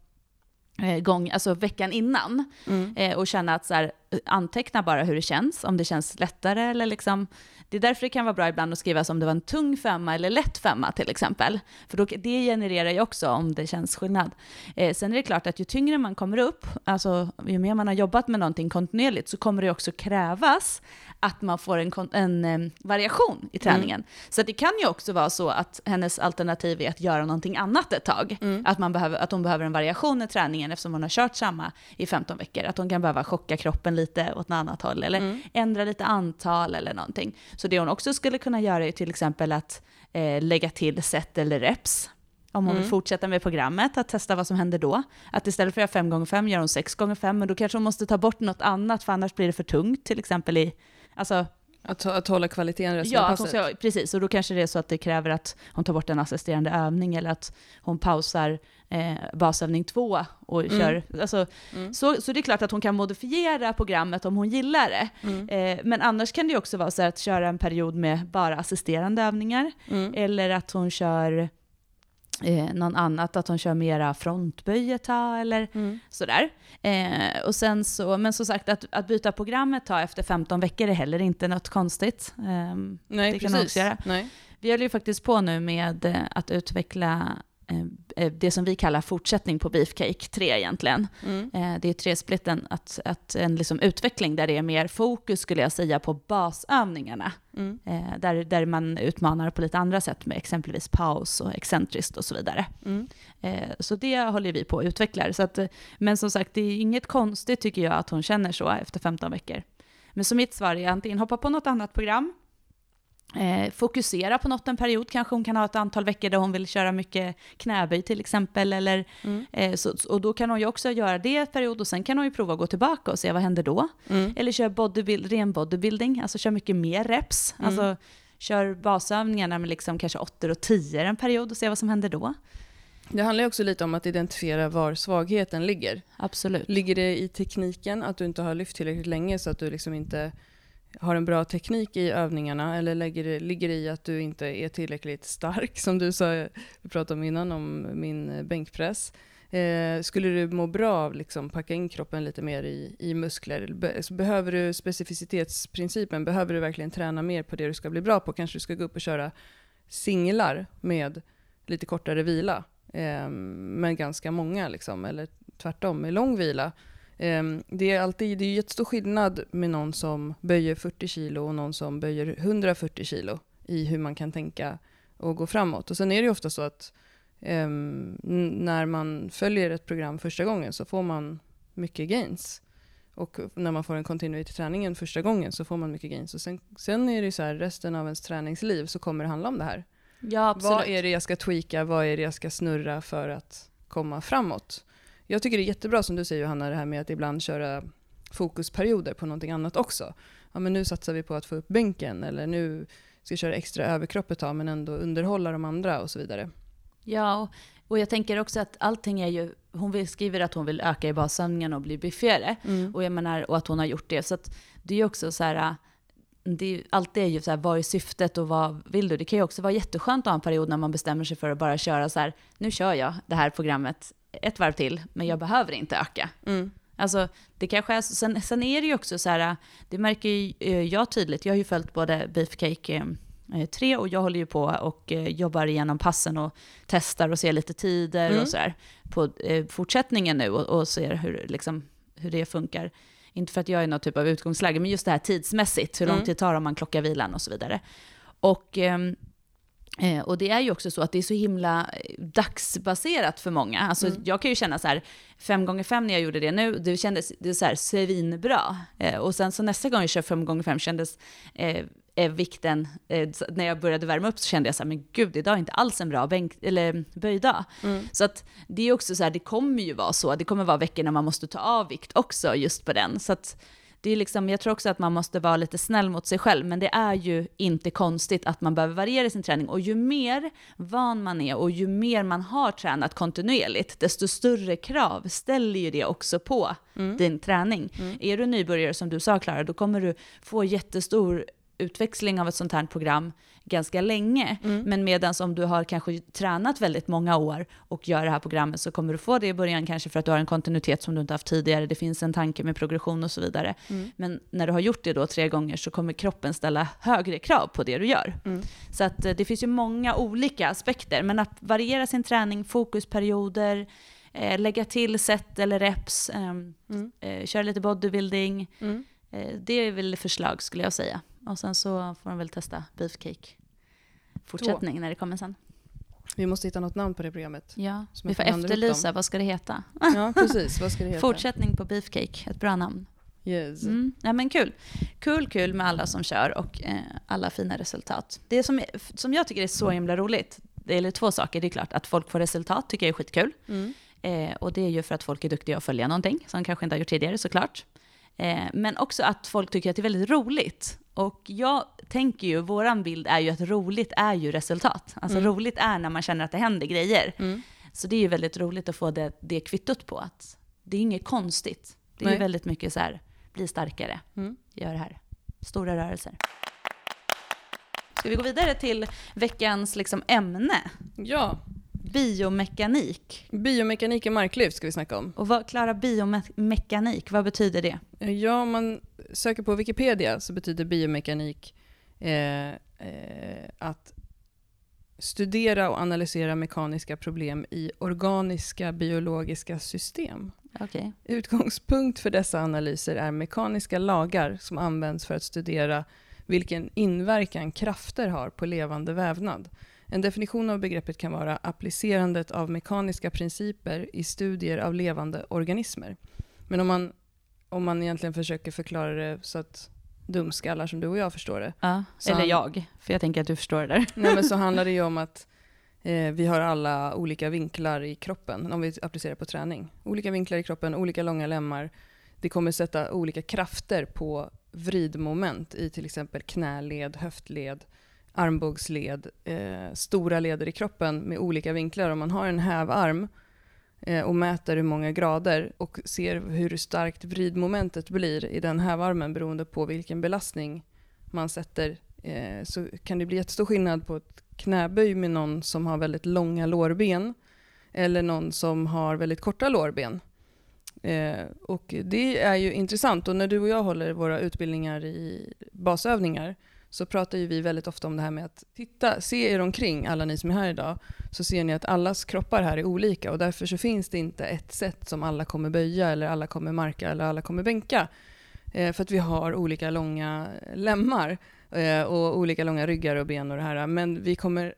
Speaker 2: alltså veckan innan, och känna att så här, anteckna bara hur det känns, om det känns lättare eller liksom, det är därför det kan vara bra ibland att skriva som det var en tung 5 eller lätt 5 till exempel, för då, det genererar ju också om det känns skillnad. Sen är det klart att ju tyngre man kommer upp, alltså ju mer man har jobbat med någonting kontinuerligt, så kommer det också krävas att man får en variation i träningen. Så det kan ju också vara så att hennes alternativ är att göra någonting annat ett tag. Att hon behöver en variation i träningen eftersom hon har kört samma i 15 veckor. Att hon kan behöva chocka kroppen lite åt något annat håll eller ändra lite antal eller någonting. Så det hon också skulle kunna göra är till exempel att lägga till set eller reps. Om hon vill fortsätta med programmet, att testa vad som händer då. Att istället för att göra 5x5 gör hon 6x5, men då kanske hon måste ta bort något annat, för annars blir det för tungt, till exempel
Speaker 1: att hålla kvaliteten resten av passet.
Speaker 2: Precis, och då kanske det är så att det kräver att hon tar bort en assisterande övning, eller att hon pausar basövning 2 och kör. Alltså, så det är klart att hon kan modifiera programmet om hon gillar det. Men annars kan det också vara så att köra en period med bara assisterande övningar, eller att hon kör någon annat, att hon kör mera frontböj ett tag eller sådär. Och sen så, men som sagt, att byta programmet ta efter 15 veckor är heller inte något konstigt.
Speaker 1: Nej,
Speaker 2: det
Speaker 1: precis.
Speaker 2: kan också göra.
Speaker 1: Nej.
Speaker 2: Vi håller ju faktiskt på nu med att utveckla det som vi kallar fortsättning på Beefcake 3 egentligen. Det är 3-splitten, att en liksom utveckling där det är mer fokus, skulle jag säga, på basövningarna. Där man utmanar på lite andra sätt med exempelvis paus och excentriskt och så vidare. Så det håller vi på att utveckla. Så att, men som sagt, det är inget konstigt tycker jag att hon känner så efter 15 veckor. Men så mitt svar är antingen hoppa på något annat program, fokusera på något en period. Kanske hon kan ha ett antal veckor där hon vill köra mycket knäböj till exempel. Eller, och då kan hon ju också göra det en period och sen kan hon ju prova att gå tillbaka och se vad händer då. Eller köra ren bodybuilding, alltså köra mycket mer reps. Alltså kör basövningarna med liksom kanske 8 och 10 en period och se vad som händer då.
Speaker 1: Det handlar ju också lite om att identifiera var svagheten ligger.
Speaker 2: Absolut.
Speaker 1: Ligger det i tekniken, att du inte har lyft tillräckligt länge så att du liksom inte har en bra teknik i övningarna, eller ligger det i att du inte är tillräckligt stark, som du sa, vi pratade om innan om min bänkpress. Skulle du må bra av liksom packa in kroppen lite mer i muskler? Behöver du specificitetsprincipen? Behöver du verkligen träna mer på det du ska bli bra på? Kanske du ska gå upp och köra singlar med lite kortare vila, men ganska många liksom, eller tvärtom med lång vila. Det är jättestor skillnad med någon som böjer 40 kilo och någon som böjer 140 kilo i hur man kan tänka och gå framåt. Och sen är det ju ofta så att när man följer ett program första gången så får man mycket gains. Och när man får en continuity träningen första gången så får man mycket gains. Och sen är det ju så här, resten av ens träningsliv så kommer det handla om det här.
Speaker 2: Ja, absolut.
Speaker 1: Vad är det jag ska tweaka? Vad är det jag ska snurra för att komma framåt? Jag tycker det är jättebra som du säger, Johanna, det här med att ibland köra fokusperioder på någonting annat också. Ja, men nu satsar vi på att få upp bänken, eller nu ska jag köra extra överkropp ett tag men ändå underhålla de andra och så vidare.
Speaker 2: Ja, och jag tänker också att allting är ju, hon skriver att hon vill öka i basövningen och bli biffigare. Och jag menar, och att hon har gjort det. Så att det är ju också så här, allt är ju så här, vad är syftet och vad vill du? Det kan ju också vara jätteskönt att ha en period när man bestämmer sig för att bara köra så här, nu kör jag det här programmet ett varv till, men jag behöver inte öka. Alltså, det kanske är, sen är det ju också så här, det märker ju jag tydligt. Jag har ju följt både Beefcake 3 och jag håller ju på och jobbar igenom passen och testar och ser lite tider och så här på fortsättningen nu och ser hur det funkar. Inte för att jag är någon typ av utgångsläge, men just det här tidsmässigt, hur lång tid tar om man klockar vilan och så vidare. Och det är ju också så att det är så himla dagsbaserat för många. Alltså jag kan ju känna så här, 5x5 när jag gjorde det nu, det är så här svinbra. Och sen så nästa gång jag kör 5x5 kändes vikten, när jag började värma upp så kände jag så här, men gud, idag är inte alls en bra böjdag. Så att det är också så här, det kommer ju vara så, det kommer vara veckor när man måste ta av vikt också just på den. Så att det är liksom, jag tror också att man måste vara lite snäll mot sig själv, men det är ju inte konstigt att man behöver variera sin träning. Och ju mer van man är och ju mer man har tränat kontinuerligt, desto större krav ställer ju det också på din träning. Är du nybörjare som du sa, Klara, då kommer du få jättestor utväxling av ett sånt här program ganska länge. Men medan om du har kanske tränat väldigt många år och gör det här programmet, så kommer du få det i början kanske för att du har en kontinuitet som du inte haft tidigare. Det finns en tanke med progression och så vidare. Men när du har gjort det då 3 gånger så kommer kroppen ställa högre krav på det du gör. Så att det finns ju många olika aspekter. Men att variera sin träning, fokusperioder, lägga till set eller reps, köra lite bodybuilding. Det är väl förslag skulle jag säga. Och sen så får man väl testa Beefcake fortsättning när det kommer sen.
Speaker 1: Vi måste hitta något namn på det programmet.
Speaker 2: Ja, vi får efterlysa, vad ska det heta?
Speaker 1: Ja, precis. Vad ska det heta?
Speaker 2: Fortsättning på Beefcake, ett bra namn.
Speaker 1: Yes.
Speaker 2: Ja, men kul med alla som kör och alla fina resultat. Det som jag tycker är så himla roligt, det är 2 saker. Det är klart att folk får resultat, tycker jag är skitkul. Och det är ju för att folk är duktiga att följa någonting som kanske inte har gjort tidigare, såklart. Men också att folk tycker att det är väldigt roligt. Och jag tänker ju, våran bild är ju att roligt är ju resultat. Alltså roligt är när man känner att det händer grejer. Så det är ju väldigt roligt att få det kvittot på att det är inget konstigt. Det är ju väldigt mycket så här, bli starkare, gör det här. Stora rörelser. Ska vi gå vidare till veckans liksom ämne?
Speaker 1: Ja.
Speaker 2: Biomekanik.
Speaker 1: Biomekanik i marklyft ska vi snacka om.
Speaker 2: Och Klara, biomekanik, vad betyder det?
Speaker 1: Ja, om man söker på Wikipedia så betyder biomekanik att studera och analysera mekaniska problem i organiska biologiska system.
Speaker 2: Okay.
Speaker 1: Utgångspunkt för dessa analyser är mekaniska lagar som används för att studera vilken inverkan krafter har på levande vävnad. En definition av begreppet kan vara applicerandet av mekaniska principer i studier av levande organismer. Men om man egentligen försöker förklara det så att dumskallar som du och jag förstår det.
Speaker 2: Ja,
Speaker 1: Så
Speaker 2: eller jag, för jag tänker att du förstår det där.
Speaker 1: Nej, men så handlar det ju om att vi har alla olika vinklar i kroppen om vi applicerar på träning. Olika vinklar i kroppen, olika långa lemmar. Det kommer sätta olika krafter på vridmoment i till exempel knäled, höftled, armbågsled, stora leder i kroppen med olika vinklar. Om man har en hävarm och mäter hur många grader och ser hur starkt vridmomentet blir i den hävarmen beroende på vilken belastning man sätter, så kan det bli jättestor skillnad på ett knäböj med någon som har väldigt långa lårben eller någon som har väldigt korta lårben. Och det är ju intressant, och när du och jag håller våra utbildningar i basövningar så pratar ju vi väldigt ofta om det här med att se er omkring, alla ni som är här idag, så ser ni att allas kroppar här är olika, och därför så finns det inte ett sätt som alla kommer böja eller alla kommer marka eller alla kommer bänka. För att vi har olika långa lemmar och olika långa ryggar och ben och det här. Men vi kommer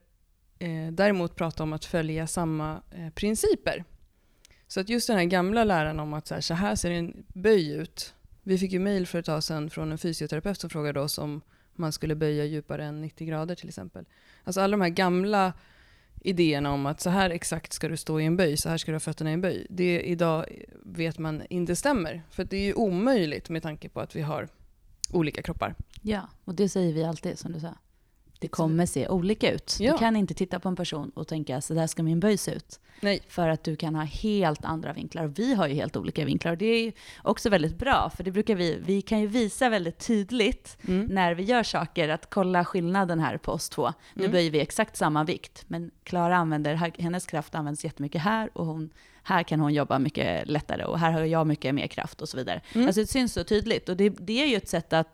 Speaker 1: däremot prata om att följa samma principer. Så att just den här gamla läran om att så här ser en böj ut. Vi fick ju mejl för ett tag sedan från en fysioterapeut som frågade oss om man skulle böja djupare än 90 grader till exempel. Alltså alla de här gamla idéerna om att så här exakt ska du stå i en böj, så här ska du ha fötterna i en böj. Det idag vet man inte stämmer. För det är ju omöjligt med tanke på att vi har olika kroppar.
Speaker 2: Ja, och det säger vi alltid som du sa. Det kommer se olika ut.
Speaker 1: Ja.
Speaker 2: Du kan inte titta på en person och tänka så där ska min böj se ut.
Speaker 1: Nej.
Speaker 2: För att du kan ha helt andra vinklar. Och vi har ju helt olika vinklar. Och det är också väldigt bra. För det brukar vi kan ju visa väldigt tydligt när vi gör saker. Att kolla skillnaden här på oss två. Nu böjer vi exakt samma vikt. Men Klara använder, hennes kraft används jättemycket här. Och här kan hon jobba mycket lättare. Och här har jag mycket mer kraft och så vidare. Alltså det syns så tydligt. Och det är ju ett sätt att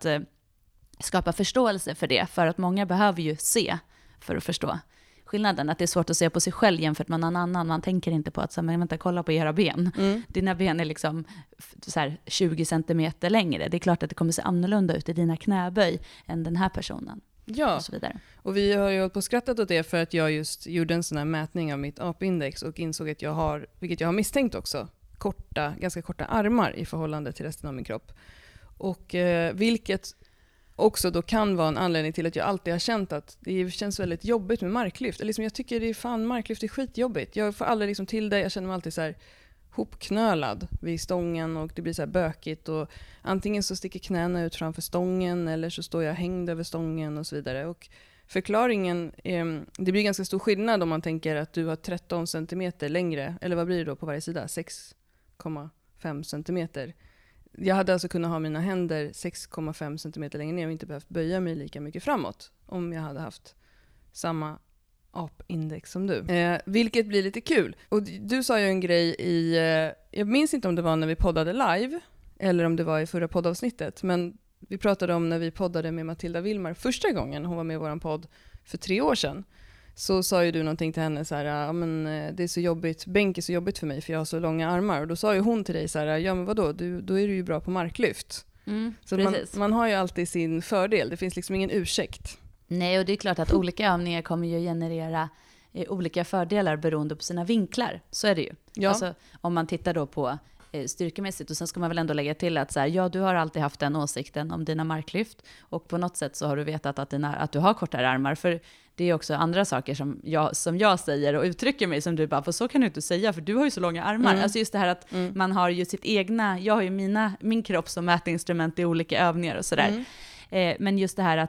Speaker 2: skapa förståelse för det. För att många behöver ju se för att förstå skillnaden. Att det är svårt att se på sig själv jämfört med någon annan. Man tänker inte på att så, men vänta, kolla på era ben. Dina ben är liksom så här 20 centimeter längre. Det är klart att det kommer se annorlunda ut i dina knäböj än den här personen.
Speaker 1: Ja,
Speaker 2: och så vidare.
Speaker 1: Och vi har ju hållit på skrattat åt det för att jag just gjorde en sån här mätning av mitt apindex och insåg att jag har, vilket jag har misstänkt också, ganska korta armar i förhållande till resten av min kropp. Och vilket också då kan vara en anledning till att jag alltid har känt att det känns väldigt jobbigt med marklyft. Eller liksom, jag tycker det är marklyft är skitjobbigt. Jag får aldrig liksom till det. Jag känner mig alltid så här hopknölad vid stången och det blir så här bökigt. Och antingen så sticker knäna ut framför stången eller så står jag hängd över stången och så vidare. Och förklaringen, det blir ganska stor skillnad om man tänker att du har 13 centimeter längre, eller vad blir det då på varje sida? 6,5 centimeter. Jag hade alltså kunnat ha mina händer 6,5 centimeter längre ner och inte behövt böja mig lika mycket framåt om jag hade haft samma apindex som du. Vilket blir lite kul. Och du sa ju en grej jag minns inte om det var när vi poddade live eller om det var i förra poddavsnittet, men vi pratade om när vi poddade med Matilda Wilmar första gången hon var med i vår podd för 3 år sedan. Så sa ju du någonting till henne så här, ja men det är så jobbigt, bänk är så jobbigt för mig för jag har så långa armar. Och då sa ju hon till dig så här, ja men vadå, då är du ju bra på marklyft. Så man har ju alltid sin fördel, det finns liksom ingen ursäkt.
Speaker 2: Nej, och det är klart att olika övningar kommer ju generera olika fördelar beroende på sina vinklar. Så är det ju.
Speaker 1: Ja.
Speaker 2: Alltså, om man tittar då på styrkemässigt, och sen ska man väl ändå lägga till att så här, ja, du har alltid haft den åsikten om dina marklyft och på något sätt så har du vetat att du har kortare armar, för det är också andra saker som jag säger och uttrycker mig som du bara, för så kan du inte säga för du har ju så långa armar. Alltså just det här att man har ju sitt egna, jag har ju min kropp som mätinstrument i olika övningar och sådär. Men just det här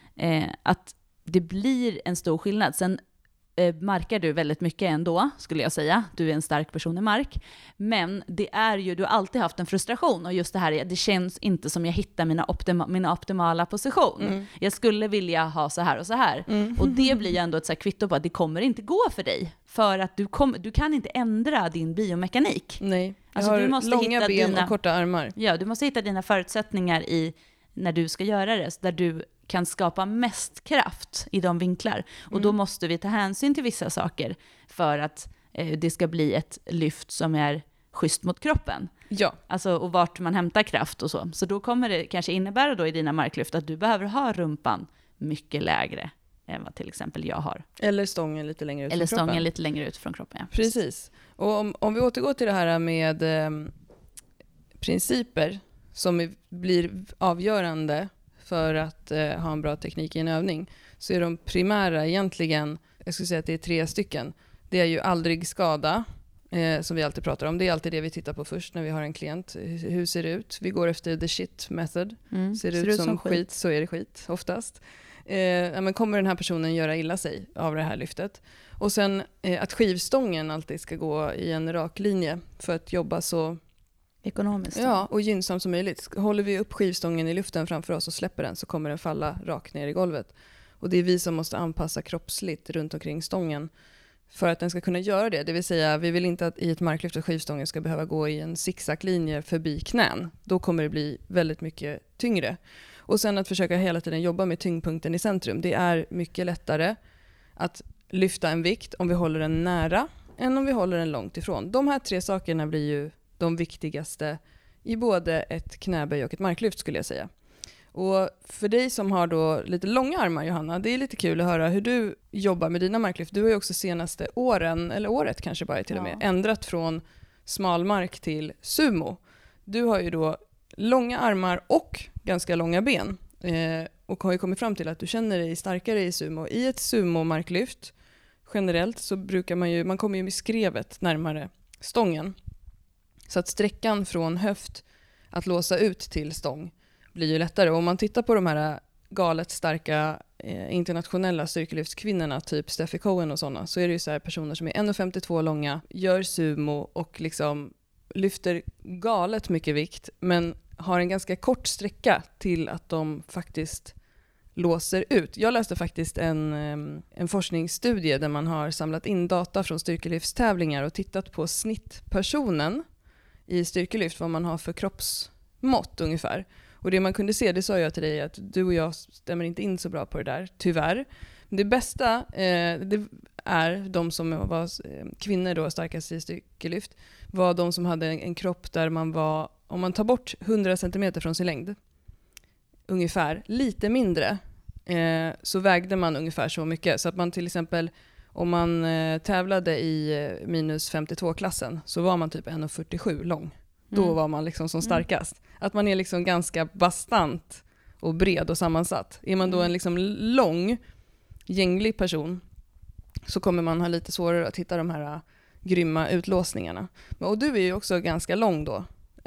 Speaker 2: att det blir en stor skillnad. Sen markar du väldigt mycket ändå, skulle jag säga. Du är en stark person i mark. Men det är ju, du har alltid haft en frustration. Och just det här, det känns inte som jag hittar min optimala position. Jag skulle vilja ha så här och så här. Och det blir ju ändå ett så här kvitto på att det kommer inte gå för dig. För att du kan inte ändra din biomekanik.
Speaker 1: Nej,
Speaker 2: alltså, du måste
Speaker 1: långa
Speaker 2: hitta
Speaker 1: ben och korta armar.
Speaker 2: Ja, du måste hitta dina förutsättningar när du ska göra det. Där du kan skapa mest kraft i de vinklar. Och då måste vi ta hänsyn till vissa saker för att det ska bli ett lyft som är schysst mot kroppen.
Speaker 1: Ja.
Speaker 2: Alltså, och vart man hämtar kraft och så. Så då kommer det kanske innebära då i dina marklyft att du behöver ha rumpan mycket lägre än vad till exempel jag har.
Speaker 1: Eller stången lite längre ut från kroppen.
Speaker 2: Eller stången lite längre ut från kroppen, ja.
Speaker 1: Precis. Och om vi återgår till det här med principer som blir avgörande för att ha en bra teknik i en övning, så är de primära egentligen, jag skulle säga att det är 3 stycken. Det är ju aldrig skada, som vi alltid pratar om. Det är alltid det vi tittar på först när vi har en klient. Hur ser det ut? Vi går efter the shit method. Ser det ut som skit så är det skit oftast. Men kommer den här personen göra illa sig av det här lyftet? Och sen att skivstången alltid ska gå i en rak linje för att jobba så
Speaker 2: ekonomiskt.
Speaker 1: Ja, och gynnsamt som möjligt. Håller vi upp skivstången i luften framför oss och släpper den, så kommer den falla rakt ner i golvet. Och det är vi som måste anpassa kroppsligt runt omkring stången för att den ska kunna göra det. Det vill säga, vi vill inte att i ett marklyft att skivstången ska behöva gå i en zigzaglinje förbi knän. Då kommer det bli väldigt mycket tyngre. Och sen att försöka hela tiden jobba med tyngdpunkten i centrum. Det är mycket lättare att lyfta en vikt om vi håller den nära än om vi håller den långt ifrån. De här 3 sakerna blir ju de viktigaste i både ett knäböj och ett marklyft, skulle jag säga. Och för dig som har då lite långa armar, Johanna, det är lite kul att höra hur du jobbar med dina marklyft. Du har ju också senaste åren, eller året kanske bara till och med, ändrat från smalmark till sumo. Du har ju då långa armar och ganska långa ben. Och har ju kommit fram till att du känner dig starkare i sumo. I ett sumo-marklyft generellt så brukar man kommer ju med skrevet närmare stången. Så att sträckan från höft att låsa ut till stång blir ju lättare. Och om man tittar på de här galet starka internationella styrkelyftskvinnorna, typ Steffi Cohen och sådana, så är det ju så här personer som är 1,52 långa, gör sumo och liksom lyfter galet mycket vikt, men har en ganska kort sträcka till att de faktiskt låser ut. Jag läste faktiskt en forskningsstudie där man har samlat in data från styrkelyftstävlingar och tittat på snittpersonen i styrkelyft, vad man har för kroppsmått ungefär. Och det man kunde se, det sa jag till dig, att du och jag stämmer inte in så bra på det där, tyvärr. Det bästa det är de som var kvinnor då, starkast i styrkelyft, var de som hade en kropp där man var, om man tar bort 100 cm från sin längd, ungefär, lite mindre, så vägde man ungefär så mycket. Så att man till exempel, om man tävlade i minus 52-klassen, så var man typ 1,47 lång. Då var man liksom som starkast. Att man är liksom ganska bastant och bred och sammansatt. Är man då en liksom lång, gänglig person, så kommer man ha lite svårare att hitta de här grymma utlåsningarna. Och du är ju också ganska lång då,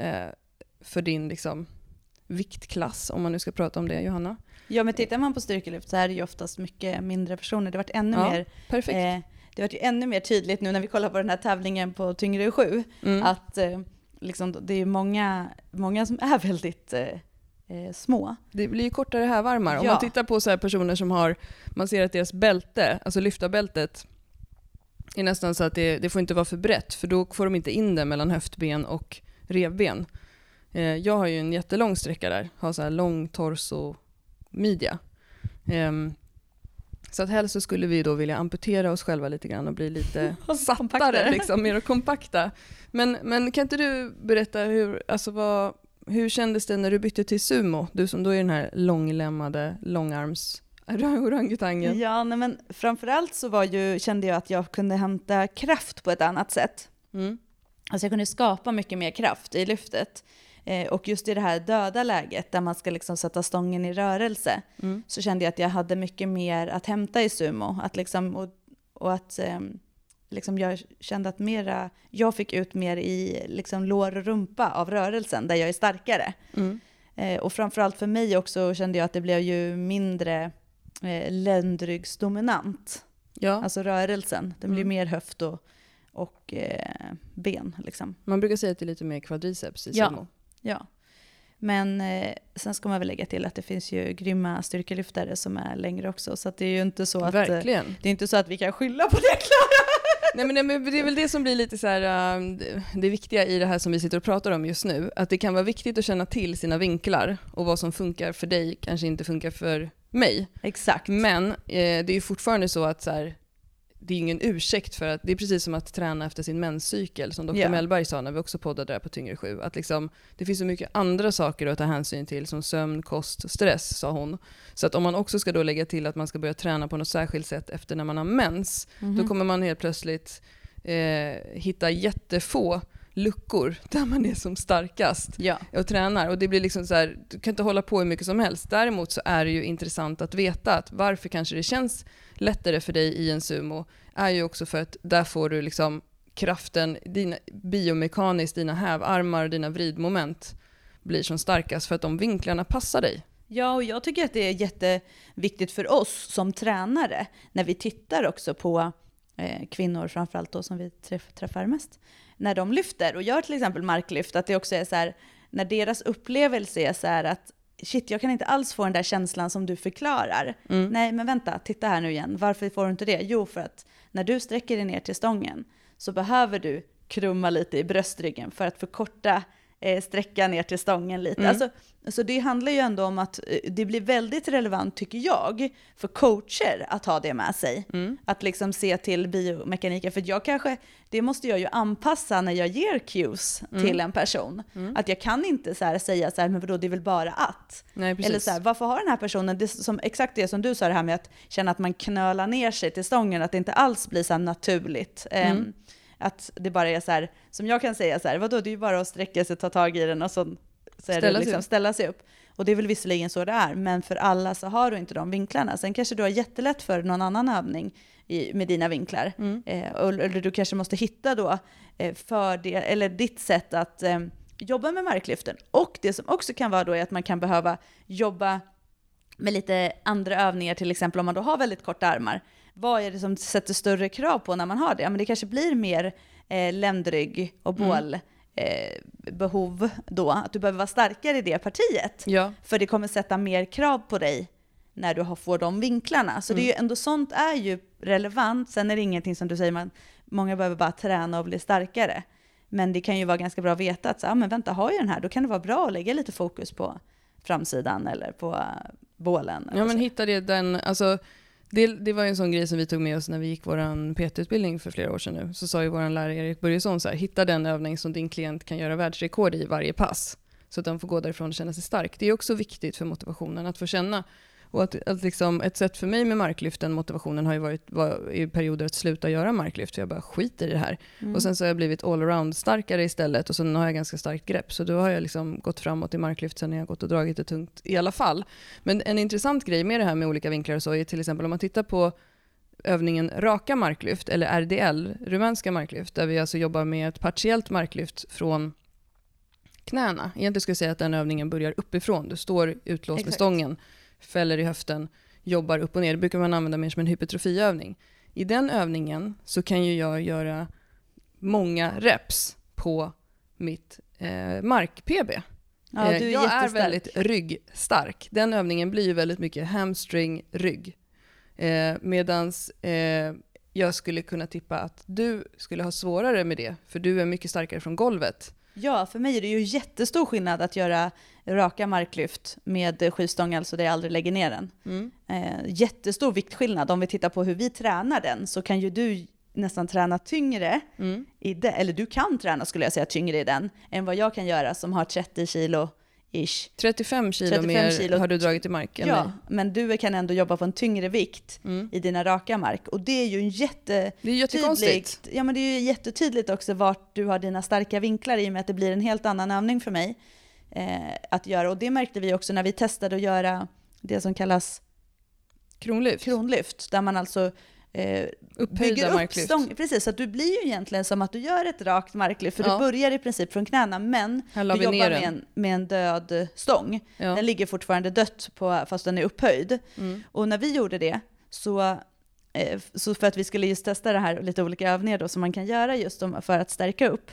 Speaker 1: för din liksom viktklass, om man nu ska prata om det, Johanna.
Speaker 2: Ja, men tittar man på styrkelyft så är det ju oftast mycket mindre personer. Det har varit ännu mer
Speaker 1: perfekt.
Speaker 2: Det har varit ju ännu mer tydligt nu när vi kollar på den här tävlingen på tyngre 7, att liksom, det är många som är väldigt små.
Speaker 1: Det blir ju kortare hävarmar. Om man tittar på så här personer som har, man ser att deras bälte, alltså lyftarbältet, är nästan så att det får inte vara för brett, för då får de inte in det mellan höftben och revben. Jag har ju en jättelång sträcka där, har så här lång torso midja. Så att helst så skulle vi då vilja amputera oss själva lite grann och bli lite sattare, liksom, mer kompakta. Men kan inte du berätta hur kändes det när du bytte till sumo? Du som då är den här långlemmade, långarms orangutangen.
Speaker 2: Ja, nej, men framförallt så kände jag att jag kunde hämta kraft på ett annat sätt. Alltså jag kunde skapa mycket mer kraft i lyftet. Och just i det här döda läget där man ska liksom sätta stången i rörelse, så kände jag att jag hade mycket mer att hämta i sumo. Att liksom, och att liksom jag kände att jag fick ut mer i liksom lår och rumpa av rörelsen där jag är starkare. Och framförallt för mig också kände jag att det blev ju mindre ländryggsdominant. Ja. Alltså rörelsen. Det blir mer höft och ben. Liksom.
Speaker 1: Man brukar säga att det är lite mer kvadriceps i sumo.
Speaker 2: Ja. Men sen ska man väl lägga till att det finns ju grymma styrkelyftare som är längre också. Så att det är ju inte så att, det är inte så att vi kan skylla på det, Klara.
Speaker 1: Nej, men det är väl det som blir lite så här, det viktiga i det här som vi sitter och pratar om just nu. Att det kan vara viktigt att känna till sina vinklar och vad som funkar för dig kanske inte funkar för mig.
Speaker 2: Exakt.
Speaker 1: Men det är ju fortfarande så att så här, det är ingen ursäkt för att det är precis som att träna efter sin menscykel, som Dr. Mellberg sa när vi också poddade där på tyngre 7, att liksom, det finns så mycket andra saker att ta hänsyn till som sömn, kost, stress, sa hon. Så att om man också ska då lägga till att man ska börja träna på något särskilt sätt efter när man har mens, då kommer man helt plötsligt hitta jättefå luckor där man är som starkast och tränar. Och det blir liksom så här, du kan inte hålla på hur mycket som helst. Däremot så är det ju intressant att veta att varför kanske det känns lättare för dig i en sumo är ju också för att där får du liksom kraften, biomekaniskt, dina hävarmar, dina vridmoment blir som starkast för att de vinklarna passar dig.
Speaker 2: Ja, och jag tycker att det är jätteviktigt för oss som tränare när vi tittar också på kvinnor framförallt då som vi träffar mest. När de lyfter och gör till exempel marklyft, att det också är så här, när deras upplevelse är så här att shit, jag kan inte alls få den där känslan som du förklarar. Nej, men vänta, titta här nu igen. Varför får du inte det? Jo, för att när du sträcker dig ner till stången så behöver du krumma lite i bröstryggen för att förkorta sträcka ner till stången lite. Alltså, så det handlar ju ändå om att det blir väldigt relevant, tycker jag, för coacher att ha det med sig. Att liksom se till biomekaniken. För det måste jag ju anpassa när jag ger cues till en person. Att jag kan inte så här säga så här, men vadå, det är väl bara att.
Speaker 1: Nej, precis.
Speaker 2: Eller så här, varför har den här personen, exakt det som du sa, det här med att känna att man knölar ner sig till stången, att det inte alls blir så här naturligt. Att det bara är så här, som jag kan säga så här, vadå, det är ju bara att sträcka sig, ta tag i den och så är det liksom ställa sig upp. Och det är väl visserligen så det är, men för alla så har du inte de vinklarna. Sen kanske du har jättelätt för någon annan övning med dina vinklar. Eller du kanske måste hitta då för det, eller ditt sätt att jobba med marklyften. Och det som också kan vara då är att man kan behöva jobba med lite andra övningar, till exempel om man då har väldigt korta armar. Vad är det som sätter större krav på när man har det? Ja, men det kanske blir mer ländrygg och bål behov då. Att du behöver vara starkare i det partiet.
Speaker 1: Ja.
Speaker 2: För det kommer sätta mer krav på dig när du får de vinklarna. Så det är ju ändå, sånt är ju relevant. Sen är det ingenting som du säger, många behöver bara träna och bli starkare. Men det kan ju vara ganska bra att veta att men vänta, har jag den här? Då kan det vara bra att lägga lite fokus på framsidan eller på bålen.
Speaker 1: Ja, men hitta det alltså det var ju en sån grej som vi tog med oss när vi gick våran PT-utbildning för flera år sedan nu. Så sa ju våran lärare Erik Börjesson så här, hitta den övning som din klient kan göra världsrekord i varje pass. Så att den får gå därifrån och känna sig stark. Det är också viktigt för motivationen att få känna. Och att liksom, ett sätt för mig med marklyften, motivationen har ju varit i perioder att sluta göra marklyft. För jag bara skiter i det här. Och sen så har jag blivit allround starkare istället. Och sen har jag ganska starkt grepp. Så då har jag liksom gått framåt i marklyft sen när jag gått och dragit det tungt i alla fall. Men en intressant grej med det här med olika vinklar och så är till exempel om man tittar på övningen raka marklyft eller RDL, rumänska marklyft. Där vi alltså jobbar med ett partiellt marklyft från knäna. Egentligen skulle jag säga att den övningen börjar uppifrån. Du står utlåst med stången, fäller i höften, jobbar upp och ner. Det brukar man använda mer som en hypertrofiövning. I den övningen så kan ju jag göra många reps på mitt mark-PB.
Speaker 2: Ja, du är
Speaker 1: jag
Speaker 2: jättestark.
Speaker 1: är väldigt ryggstark. Den övningen blir ju väldigt mycket hamstring-rygg. Medans jag skulle kunna tippa att du skulle ha svårare med det. För du är mycket starkare från golvet.
Speaker 2: Ja, för mig är det ju jättestor skillnad att göra raka marklyft med skivstång, alltså där jag aldrig lägger ner den. Jättestor viktskillnad. Om vi tittar på hur vi tränar den så kan ju du nästan träna tyngre i det, eller du kan träna, skulle jag säga, tyngre i den än vad jag kan göra som har 30 kilo ish.
Speaker 1: 35 kilo mer har du dragit i marken.
Speaker 2: Ja, men du kan ändå jobba på en tyngre vikt i dina raka mark. Och det är ju
Speaker 1: det är jättekonstigt.
Speaker 2: Ja, men det är ju jättetydligt också vart du har dina starka vinklar, i och med att det blir en helt annan övning för mig att göra. Och det märkte vi också när vi testade att göra det som kallas kronlyft där man alltså bygger upp stång. Precis, så att du blir ju egentligen som att du gör ett rakt marklyft, för du börjar i princip från knäna, men du jobbar med en död stång. Den ligger fortfarande dött fast den är upphöjd. Och när vi gjorde det så för att vi skulle just testa det här, lite olika övningar då som man kan göra just för att stärka upp,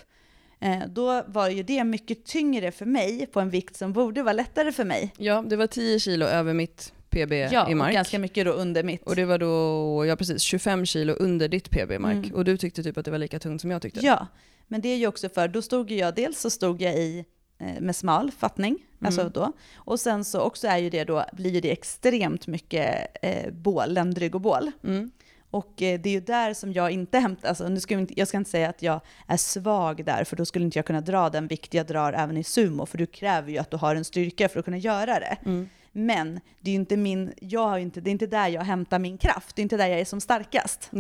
Speaker 2: då var ju det mycket tyngre för mig på en vikt som borde vara lättare för mig.
Speaker 1: Ja, det var 10 kilo över mitt PB i mark.
Speaker 2: Och ganska mycket då under mitt.
Speaker 1: Och det var då, precis, 25 kilo under ditt PB i mark. Och du tyckte typ att det var lika tungt som jag tyckte.
Speaker 2: Ja, men det är ju också för, då stod jag i med smal fattning, alltså då. Och sen så också är ju det då, blir ju det extremt mycket bål, ländrygg och bål. Och det är ju där som jag inte hämtar, alltså jag ska inte säga att jag är svag där, för då skulle inte jag kunna dra den vikt jag drar även i sumo, för du kräver ju att du har en styrka för att kunna göra det. Men det är ju inte det är inte där jag hämtar min kraft, det är inte där jag är som starkast.
Speaker 1: Nej.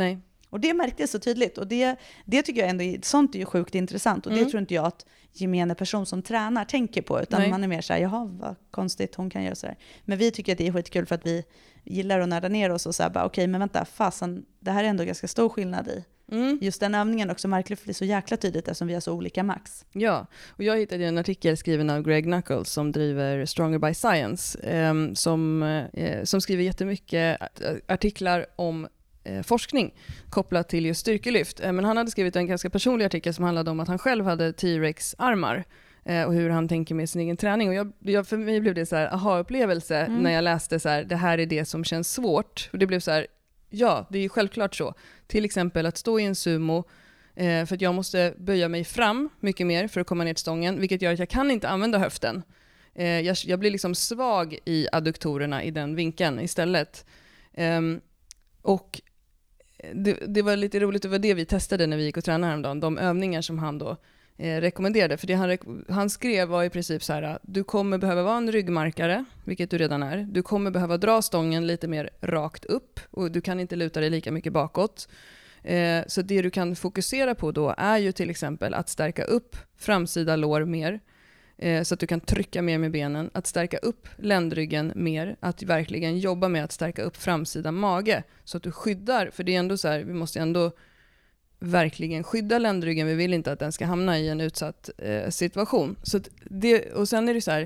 Speaker 2: Och det märktes så tydligt. Och det tycker jag ändå, sånt är ju sjukt intressant. Och det tror inte jag att gemene person som tränar tänker på. Utan man är mer så här, jaha vad konstigt hon kan göra så här. Men vi tycker att det är skitkul för att vi gillar att nörda ner oss och så här, bara okej, men vänta, fasen, det här är ändå ganska stor skillnad i. Just den övningen också, marklyft blir så jäkla tydligt eftersom vi har så olika max.
Speaker 1: Ja, och jag hittade en artikel skriven av Greg Nuckols som driver Stronger by Science, som skriver jättemycket artiklar om forskning kopplat till just styrkelyft. Men han hade skrivit en ganska personlig artikel som handlade om att han själv hade T-Rex-armar och hur han tänker med sin egen träning. Och för mig blev det så här aha-upplevelse när jag läste så här, det här är det som känns svårt. Och det blev så här, ja, det är ju självklart så. Till exempel att stå i en sumo för att jag måste böja mig fram mycket mer för att komma ner till stången, vilket gör att jag kan inte använda höften. Jag blir liksom svag i adduktorerna i den vinkeln istället. Och det var lite roligt, det var det vi testade när vi gick och tränade häromdagen, de övningar som han då rekommenderade. För det han skrev var i princip så här, du kommer behöva vara en ryggmarkare, vilket du redan är. Du kommer behöva dra stången lite mer rakt upp och du kan inte luta dig lika mycket bakåt. Så det du kan fokusera på då är ju till exempel att stärka upp framsida lår mer, så att du kan trycka mer med benen, att stärka upp ländryggen mer, att verkligen jobba med att stärka upp framsida mage så att du skyddar, för det är ändå så här, vi måste ändå verkligen skydda ländryggen, vi vill inte att den ska hamna i en utsatt situation. Så och sen är det så här,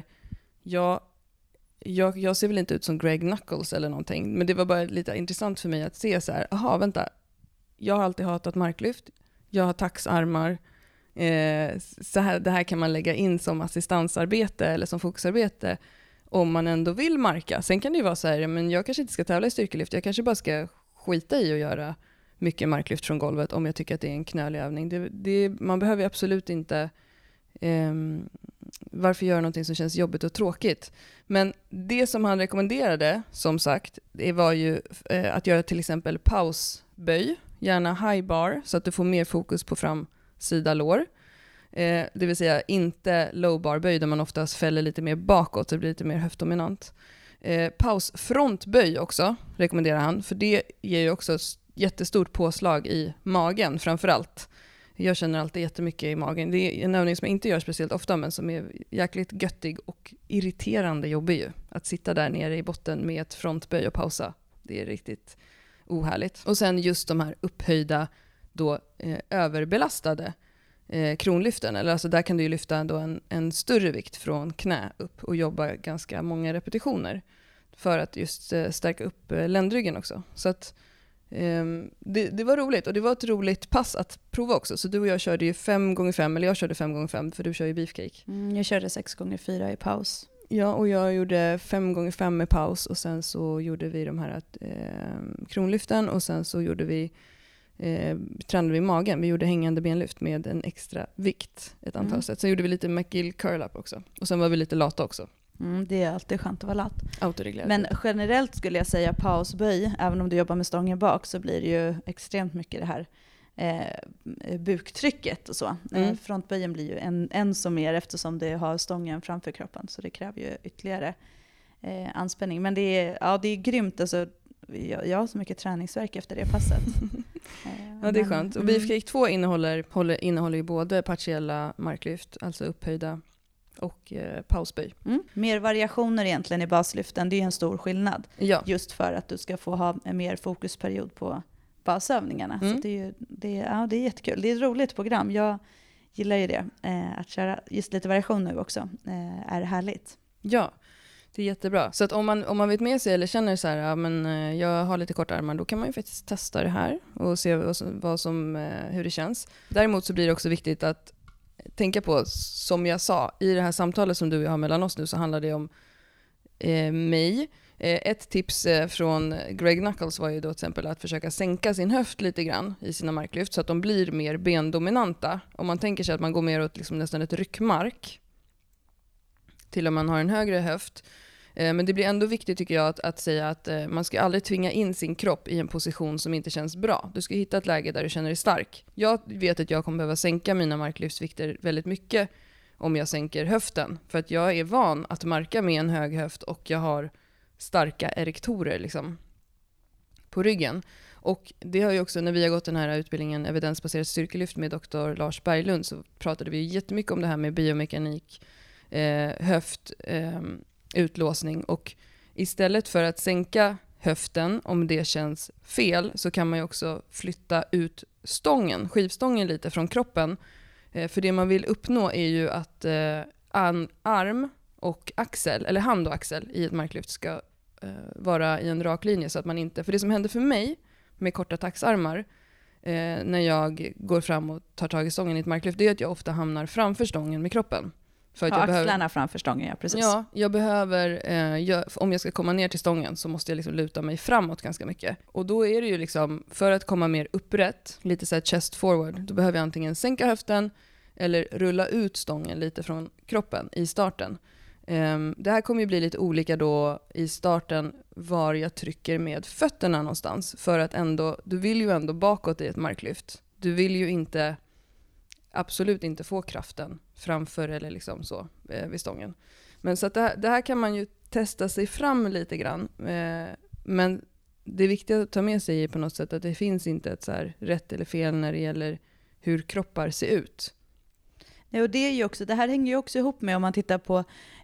Speaker 1: jag ser väl inte ut som Greg Nuckols eller någonting, men det var bara lite intressant för mig att se så här, aha, vänta, jag har alltid hatat marklyft, jag har taxarmar, så här, det här kan man lägga in som assistansarbete eller som fokusarbete om man ändå vill marka. Sen kan det ju vara så här, men jag kanske inte ska tävla i styrkelyft, jag kanske bara ska skita i att göra mycket marklyft från golvet om jag tycker att det är en knölig övning. Man behöver absolut inte varför göra någonting som känns jobbigt och tråkigt. Men det som han rekommenderade, som sagt, det var ju att göra till exempel pausböj, gärna high bar, så att du får mer fokus på framsida lår. Det vill säga inte low bar böj där man oftast fäller lite mer bakåt, det blir lite mer höftdominant. Pausfrontböj också rekommenderar han, för det ger ju också jättestort påslag i magen framförallt. Jag känner alltid jättemycket i magen. Det är en övning som jag inte gör speciellt ofta, men som är jäkligt göttig och irriterande jobbig ju. Att sitta där nere i botten med ett frontböj och pausa. Det är riktigt ohärligt. Och sen just de här upphöjda, då överbelastade kronlyften. Eller alltså där kan du ju lyfta då en större vikt från knä upp och jobba ganska många repetitioner för att just stärka upp ländryggen också. Så att det var roligt, och det var ett roligt pass att prova också. Så du och jag körde ju 5x5, eller jag körde 5x5 för du kör ju beefcake.
Speaker 2: Jag körde 6x4 i paus.
Speaker 1: Ja, och jag gjorde 5x5 med paus, och sen så gjorde vi de här kronlyften, och sen så gjorde vi tränade vi magen. Vi gjorde hängande benlyft med en extra vikt ett antal sätt. Sen gjorde vi lite McGill curl-up också. Och sen var vi lite lata också.
Speaker 2: Det är alltid skönt att vara lat.
Speaker 1: Autoreglerat.
Speaker 2: Men generellt skulle jag säga pausböj, även om du jobbar med stången bak, så blir det ju extremt mycket det här buktrycket och så. Frontböjen blir ju än så mer eftersom det har stången framför kroppen, så det kräver ju ytterligare anspänning. Men det är grymt, alltså, jag har så mycket träningsverk efter det passet.
Speaker 1: Ja, det är skönt. Och Beefcake 2 innehåller ju både partiella marklyft, alltså upphöjda, och pausböj.
Speaker 2: Mer variationer egentligen i baslyften, det är en stor skillnad.
Speaker 1: Ja.
Speaker 2: Just för att du ska få ha en mer fokusperiod på basövningarna. Så det är jättekul. Det är ett roligt program. Jag gillar ju det. Att köra just lite variation nu också är härligt.
Speaker 1: Ja, det är jättebra. Så att om man vet med sig eller känner så här, ja, men jag har lite korta armar, då kan man ju faktiskt testa det här och se hur det känns. Däremot så blir det också viktigt att tänka på, som jag sa, i det här samtalet som du och jag har mellan oss nu, så handlar det om mig. Ett tips från Greg Nuckols var ju då till exempel att försöka sänka sin höft lite grann i sina marklyft så att de blir mer bendominanta. Om man tänker sig att man går mer åt liksom nästan ett ryckmark till om man har en högre höft. Men det blir ändå viktigt tycker jag att säga att man ska aldrig tvinga in sin kropp i en position som inte känns bra. Du ska hitta ett läge där du känner dig stark. Jag vet att jag kommer behöva sänka mina marklyftsvikter väldigt mycket om jag sänker höften. För att jag är van att marka med en hög höft och jag har starka erektorer liksom, på ryggen. Och det har ju också, när vi har gått den här utbildningen evidensbaserat styrkelyft med Dr. Lars Berglund, så pratade vi jättemycket om det här med biomekanik, höft, utlåsning. Och istället för att sänka höften, om det känns fel, så kan man ju också flytta ut stången, skivstången lite från kroppen. För det man vill uppnå är ju att arm och axel, eller hand och axel i ett marklyft ska vara i en rak linje, så att man inte, för det som händer för mig med korta taxarmar när jag går fram och tar tag i stången i ett marklyft, det är att jag ofta hamnar framför stången med kroppen. För att jag
Speaker 2: axlarna framför stången, ja, precis.
Speaker 1: Ja, jag behöver, om jag ska komma ner till stången så måste jag liksom luta mig framåt ganska mycket. Och då är det ju liksom, för att komma mer upprätt, lite så här chest forward, då behöver jag antingen sänka höften eller rulla ut stången lite från kroppen i starten. Det här kommer ju bli lite olika då i starten var jag trycker med fötterna någonstans. För att ändå, du vill ju ändå bakåt i ett marklyft. Du vill ju inte, absolut inte få kraften framför eller liksom så vid stången. Men så att det här kan man ju testa sig fram lite grann. Men det viktiga att ta med sig är på något sätt att det finns inte ett så här rätt eller fel när det gäller hur kroppar ser ut.
Speaker 2: Ja, och det här hänger ju också ihop med, om man tittar på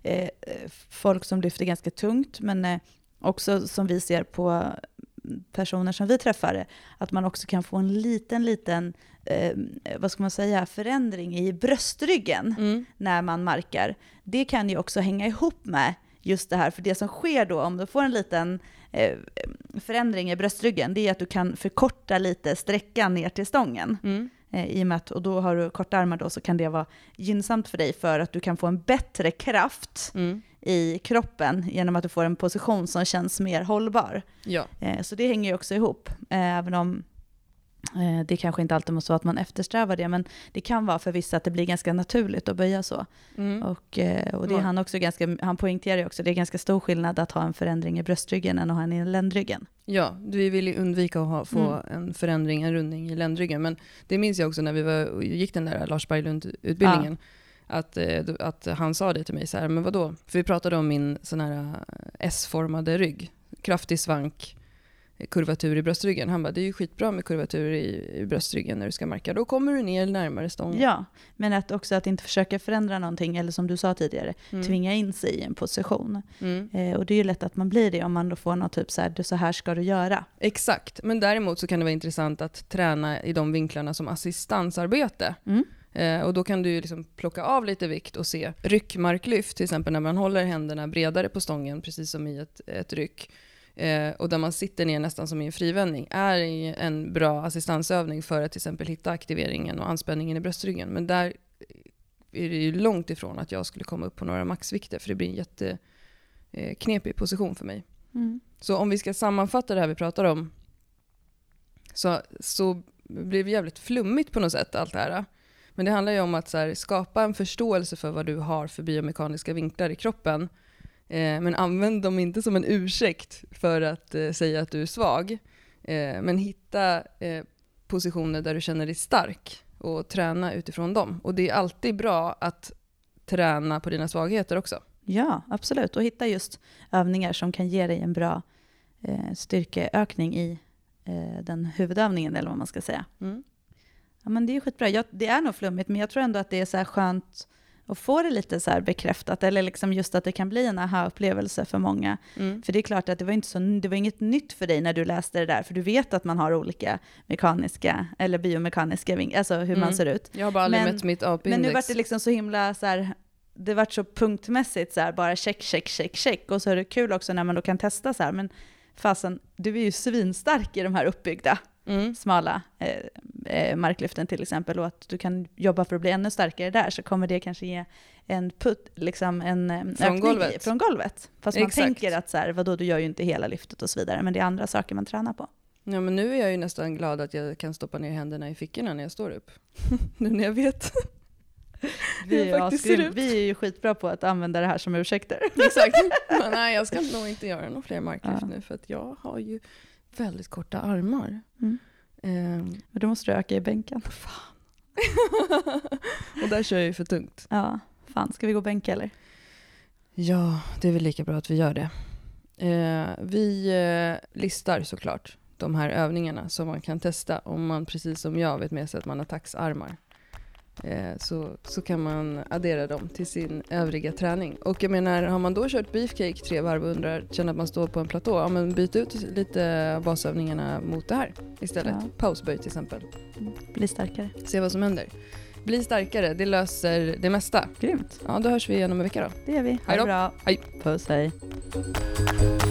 Speaker 2: folk som lyfter ganska tungt, men också som vi ser på personer som vi träffar, att man också kan få en liten vad ska man säga, förändring i bröstryggen när man markar. Det kan ju också hänga ihop med just det här, för det som sker då, om du får en liten förändring i bröstryggen, det är att du kan förkorta lite sträckan ner till stången. I och med att, och då har du korta armar då, så kan det vara gynnsamt för dig, för att du kan få en bättre kraft i kroppen genom att du får en position som känns mer hållbar.
Speaker 1: Ja.
Speaker 2: Så det hänger ju också ihop, även om det kanske inte alltid måste vara att man eftersträvar det, men det kan vara för vissa att det blir ganska naturligt att böja så. Och det är han poängterar ju också, det är ganska stor skillnad att ha en förändring i bröstryggen än att ha en i ländryggen. Ja,
Speaker 1: vi vill ju undvika att få en förändring, en rundning i ländryggen, men det minns jag också när vi gick den där Lars Berglund-utbildningen. Att han sa det till mig så här, men vadå? För vi pratade om min sån här S-formade rygg, kraftig svank, kurvatur i bröstryggen. Han bara, det är ju skitbra med kurvatur i bröstryggen när du ska marka. Då kommer du ner närmare stången. Ja,
Speaker 2: men att inte försöka förändra någonting, eller som du sa tidigare, tvinga in sig i en position. Och det är ju lätt att man blir det om man då får något typ så här ska du göra.
Speaker 1: Exakt, men däremot så kan det vara intressant att träna i de vinklarna som assistansarbete. Och då kan du ju liksom plocka av lite vikt och se ryckmarklyft, till exempel när man håller händerna bredare på stången, precis som i ett ryck. Och där man sitter ner nästan som i en frivändning, är en bra assistansövning för att till exempel hitta aktiveringen och anspänningen i bröstryggen. Men där är det ju långt ifrån att jag skulle komma upp på några maxvikter, för det blir en jätteknepig position för mig. Så om vi ska sammanfatta det här vi pratar om, så blir det jävligt flummigt på något sätt allt det här. Men det handlar ju om att så här, skapa en förståelse för vad du har för biomekaniska vinklar i kroppen. Men använd dem inte som en ursäkt för att säga att du är svag. Men hitta positioner där du känner dig stark och träna utifrån dem. Och det är alltid bra att träna på dina svagheter också. Ja,
Speaker 2: absolut. Och hitta just övningar som kan ge dig en bra styrkeökning i den huvudövningen, eller vad man ska säga. Ja, men det är ju skitbra. Det är nog flummigt, men jag tror ändå att det är så här skönt och få det lite så här bekräftat, eller liksom just att det kan bli en aha-upplevelse för många. För det är klart att det var inget nytt för dig när du läste det där, för du vet att man har olika mekaniska eller biomekaniska alltså hur man ser ut.
Speaker 1: Jag har bara aldrig mätt mitt AP-index.
Speaker 2: Men nu var det liksom så himla så här, det var så punktmässigt så här, bara check. Och så är det kul också när man då kan testa så här, men fasen, du är ju svinstark i de här uppbyggda smala marklyften till exempel, och att du kan jobba för att bli ännu starkare där, så kommer det kanske ge en liksom en från golvet. Fast man tänker att så här, vadå, du gör ju inte hela lyftet och så vidare, men det är andra saker man tränar på.
Speaker 1: Ja, men nu är jag ju nästan glad att jag kan stoppa ner händerna i fickorna när jag står upp. Nu när jag vet.
Speaker 2: Vi är ju skitbra på att använda det här som ursäkter.
Speaker 1: Exakt. Men nej, jag ska nog inte göra några fler marklyft nu, för att jag har ju väldigt korta armar.
Speaker 2: Men då måste du öka i bänken.
Speaker 1: Fan. Och där kör jag ju för tungt.
Speaker 2: Ja, fan. Ska vi gå bänka eller?
Speaker 1: Ja, det är väl lika bra att vi gör det. Vi listar såklart de här övningarna som man kan testa om man precis som jag vet med sig att man har taxarmar. Så kan man addera dem till sin övriga träning. Och jag menar, har man då kört beefcake 3 varv och känner att man står på en platå, ja, men byt ut lite av basövningarna mot det här istället. Ja. Pausböj till exempel.
Speaker 2: Bli starkare.
Speaker 1: Se vad som händer. Bli starkare, det löser det mesta.
Speaker 2: Grymt.
Speaker 1: Ja, då hörs vi igen om en vecka då.
Speaker 2: Det gör vi.
Speaker 1: Hej då.
Speaker 2: Bra.
Speaker 1: Hej.
Speaker 2: Puss, hej.